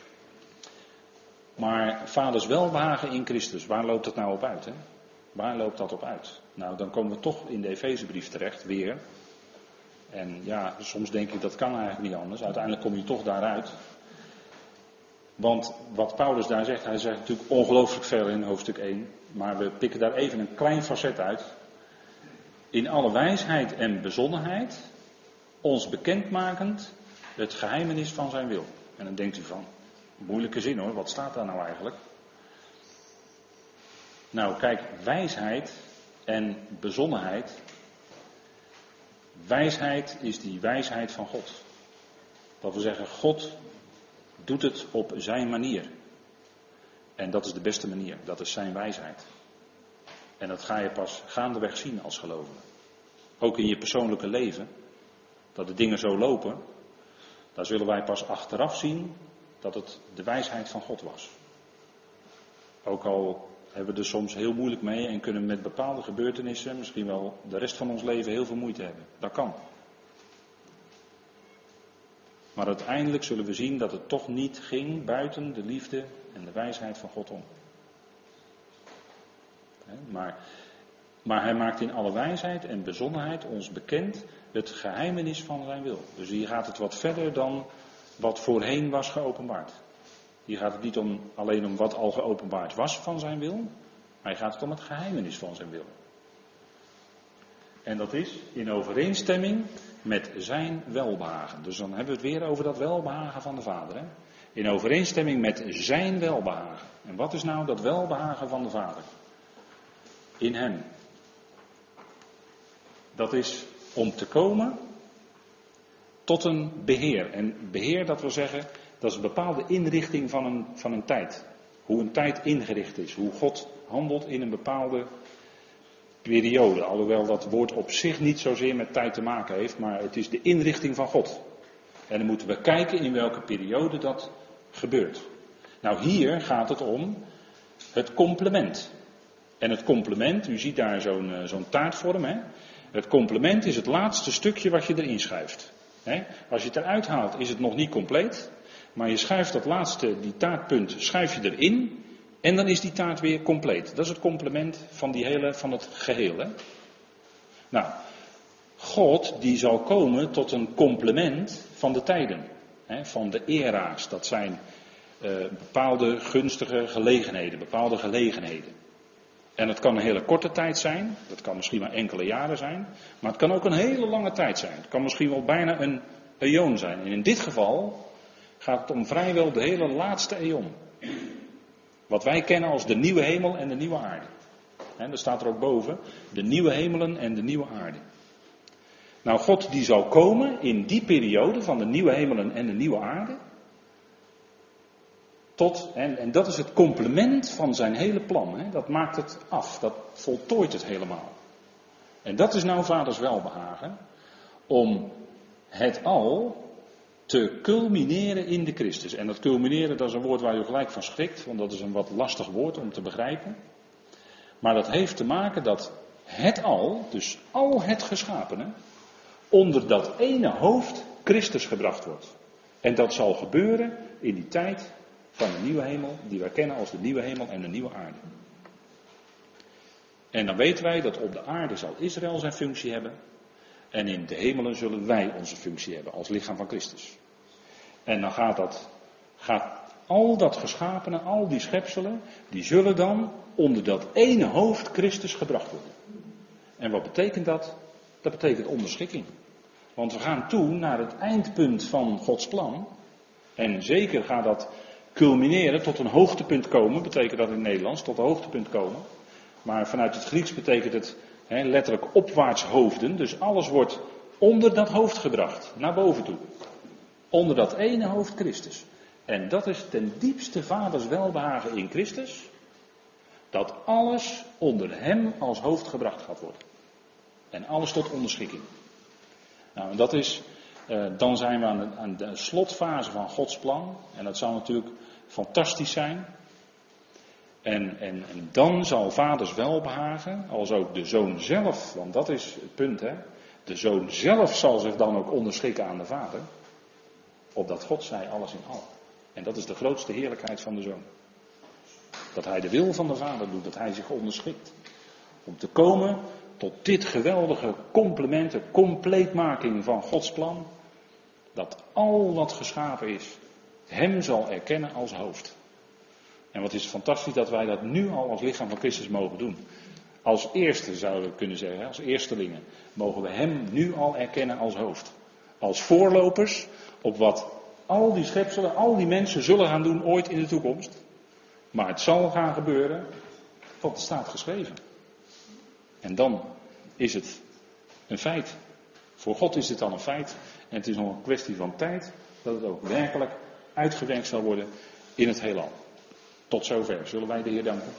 Maar vaders welbehagen in Christus. Waar loopt dat nou op uit, hè? Waar loopt dat op uit? Nou, dan komen we toch in de Efezebrief terecht, weer. En ja, soms denk ik dat kan eigenlijk niet anders. Uiteindelijk kom je toch daaruit. Want wat Paulus daar zegt, hij zegt natuurlijk ongelooflijk veel in hoofdstuk één. Maar we pikken daar even een klein facet uit. In alle wijsheid en bezonnenheid, ons bekendmakend het geheimenis van zijn wil. En dan denkt u van, moeilijke zin hoor, wat staat daar nou eigenlijk? Nou kijk, wijsheid en bezonnenheid. Wijsheid is die wijsheid van God. Dat wil zeggen, God doet het op zijn manier. En dat is de beste manier, dat is zijn wijsheid. En dat ga je pas gaandeweg zien als gelovige. Ook in je persoonlijke leven, dat de dingen zo lopen, daar zullen wij pas achteraf zien dat het de wijsheid van God was. Ook al hebben we er soms heel moeilijk mee en kunnen we met bepaalde gebeurtenissen misschien wel de rest van ons leven heel veel moeite hebben. Dat kan. Maar uiteindelijk zullen we zien dat het toch niet ging buiten de liefde en de wijsheid van God om. Maar, maar hij maakt in alle wijsheid en bezonnenheid ons bekend het geheimenis van zijn wil. Dus hier gaat het wat verder dan wat voorheen was geopenbaard. Hier gaat het niet om, alleen om wat al geopenbaard was van zijn wil, maar hier gaat het om het geheimenis van zijn wil. En dat is in overeenstemming met zijn welbehagen. Dus dan hebben we het weer over dat welbehagen van de Vader. Hè? In overeenstemming met zijn welbehagen. En wat is nou dat welbehagen van de Vader? In hem. Dat is om te komen tot een beheer. En beheer, dat wil zeggen, dat is een bepaalde inrichting van een, van een tijd. Hoe een tijd ingericht is. Hoe God handelt in een bepaalde periode. Alhoewel dat woord op zich niet zozeer met tijd te maken heeft. Maar het is de inrichting van God. En dan moeten we kijken in welke periode dat gebeurt. Nou, hier gaat het om het complement. En het complement, u ziet daar zo'n, zo'n taartvorm. Hè? Het complement is het laatste stukje wat je erin schuift. Hè? Als je het eruit haalt is het nog niet compleet. Maar je schuift dat laatste, die taartpunt, schuif je erin. En dan is die taart weer compleet. Dat is het complement van, die hele, van het geheel. Hè? Nou, God die zal komen tot een complement van de tijden. Hè? Van de era's. Dat zijn uh, bepaalde gunstige gelegenheden. Bepaalde gelegenheden. En het kan een hele korte tijd zijn. Dat kan misschien maar enkele jaren zijn. Maar het kan ook een hele lange tijd zijn. Het kan misschien wel bijna een eon zijn. En in dit geval gaat het om vrijwel de hele laatste eon. Wat wij kennen als de nieuwe hemel en de nieuwe aarde. En er staat er ook boven, de nieuwe hemelen en de nieuwe aarde. Nou, God die zal komen in die periode van de nieuwe hemelen en de nieuwe aarde. Tot, en, en dat is het complement van zijn hele plan. Hè? Dat maakt het af, dat voltooit het helemaal. En dat is nou vaders welbehagen. Om het al te culmineren in de Christus. En dat culmineren, dat is een woord waar u gelijk van schrikt. Want dat is een wat lastig woord om te begrijpen. Maar dat heeft te maken dat het al, dus al het geschapene, onder dat ene hoofd Christus gebracht wordt. En dat zal gebeuren in die tijd van de nieuwe hemel, die wij kennen als de nieuwe hemel en de nieuwe aarde. En dan weten wij dat op de aarde zal Israël zijn functie hebben. En in de hemelen zullen wij onze functie hebben als lichaam van Christus. En dan gaat dat, gaat al dat geschapene, al die schepselen, die zullen dan onder dat ene hoofd Christus gebracht worden. En wat betekent dat? Dat betekent onderschikking. Want we gaan toe naar het eindpunt van Gods plan. En zeker gaat dat culmineren, tot een hoogtepunt komen, betekent dat in het Nederlands, tot een hoogtepunt komen. Maar vanuit het Grieks betekent het he, letterlijk opwaarts hoofden. Dus alles wordt onder dat hoofd gebracht, naar boven toe. Onder dat ene hoofd Christus. En dat is ten diepste vaders welbehagen in Christus. Dat alles onder hem als hoofd gebracht gaat worden. En alles tot onderschikking. Nou, en dat is, eh, dan zijn we aan de, aan de slotfase van Gods plan. En dat zou natuurlijk fantastisch zijn. En, en, en dan zal vaders welbehagen, als ook de zoon zelf, want dat is het punt, hè. De zoon zelf zal zich dan ook onderschikken aan de vader. Opdat God zij alles in al. En dat is de grootste heerlijkheid van de zoon. Dat hij de wil van de vader doet, dat hij zich onderschikt. Om te komen tot dit geweldige complement, de compleetmaking van Gods plan. Dat al wat geschapen is, hem zal erkennen als hoofd. En wat is het fantastisch dat wij dat nu al als lichaam van Christus mogen doen. Als eerste zouden we kunnen zeggen, als eerstelingen, mogen we hem nu al erkennen als hoofd. Als voorlopers op wat al die schepselen, al die mensen zullen gaan doen ooit in de toekomst. Maar het zal gaan gebeuren, want het staat geschreven. En dan is het een feit. Voor God is het dan een feit. En het is nog een kwestie van tijd dat het ook werkelijk uitgewerkt zal worden in het heelal. Tot zover. Zullen wij de Heer danken.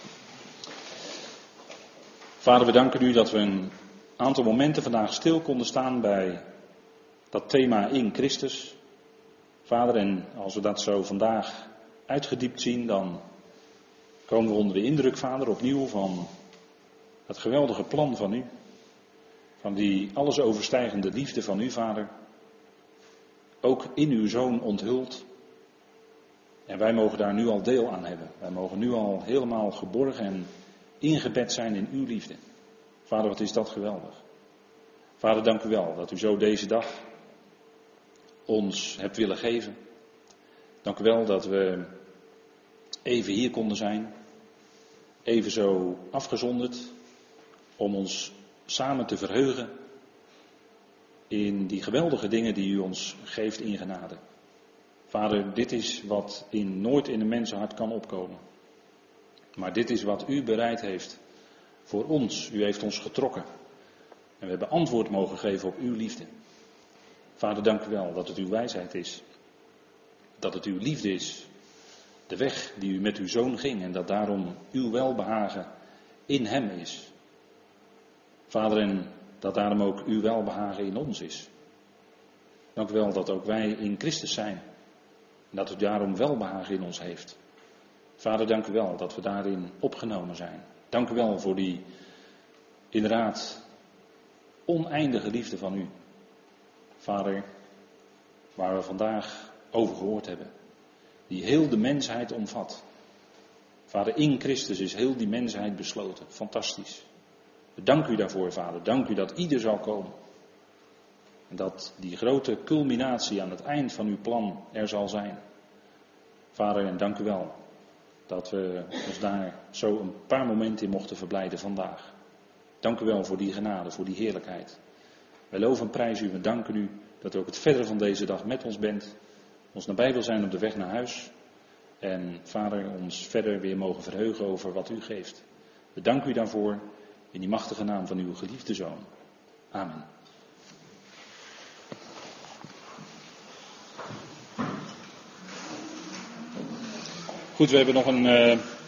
Vader, we danken u dat we een aantal momenten vandaag stil konden staan bij dat thema in Christus. Vader, en als we dat zo vandaag uitgediept zien, dan komen we onder de indruk, Vader, opnieuw van het geweldige plan van u. Van die alles overstijgende liefde van u, Vader. Ook in uw Zoon onthuld. En wij mogen daar nu al deel aan hebben. Wij mogen nu al helemaal geborgen en ingebed zijn in uw liefde. Vader, wat is dat geweldig. Vader, dank u wel dat u zo deze dag ons hebt willen geven. Dank u wel dat we even hier konden zijn. Even zo afgezonderd. Om ons samen te verheugen in die geweldige dingen die u ons geeft in genade. Vader, dit is wat in, nooit in een mensenhart kan opkomen. Maar dit is wat u bereid heeft voor ons. U heeft ons getrokken. En we hebben antwoord mogen geven op uw liefde. Vader, dank u wel dat het uw wijsheid is. Dat het uw liefde is. De weg die u met uw zoon ging en dat daarom uw welbehagen in hem is. Vader, en dat daarom ook uw welbehagen in ons is. Dank u wel dat ook wij in Christus zijn. En dat u daarom welbehagen in ons heeft. Vader, dank u wel dat we daarin opgenomen zijn. Dank u wel voor die inderdaad oneindige liefde van u. Vader, waar we vandaag over gehoord hebben. Die heel de mensheid omvat. Vader, in Christus is heel die mensheid besloten. Fantastisch. Dank u daarvoor, Vader. Dank u dat ieder zal komen. En dat die grote culminatie aan het eind van uw plan er zal zijn. Vader, en dank u wel dat we ons daar zo een paar momenten in mochten verblijden vandaag. Dank u wel voor die genade, voor die heerlijkheid. Wij loven en prijzen u en danken u dat u ook het verdere van deze dag met ons bent. Ons nabij wil zijn op de weg naar huis. En Vader, ons verder weer mogen verheugen over wat u geeft. We danken u daarvoor in die machtige naam van uw geliefde Zoon. Amen. Goed, we hebben nog een... Uh...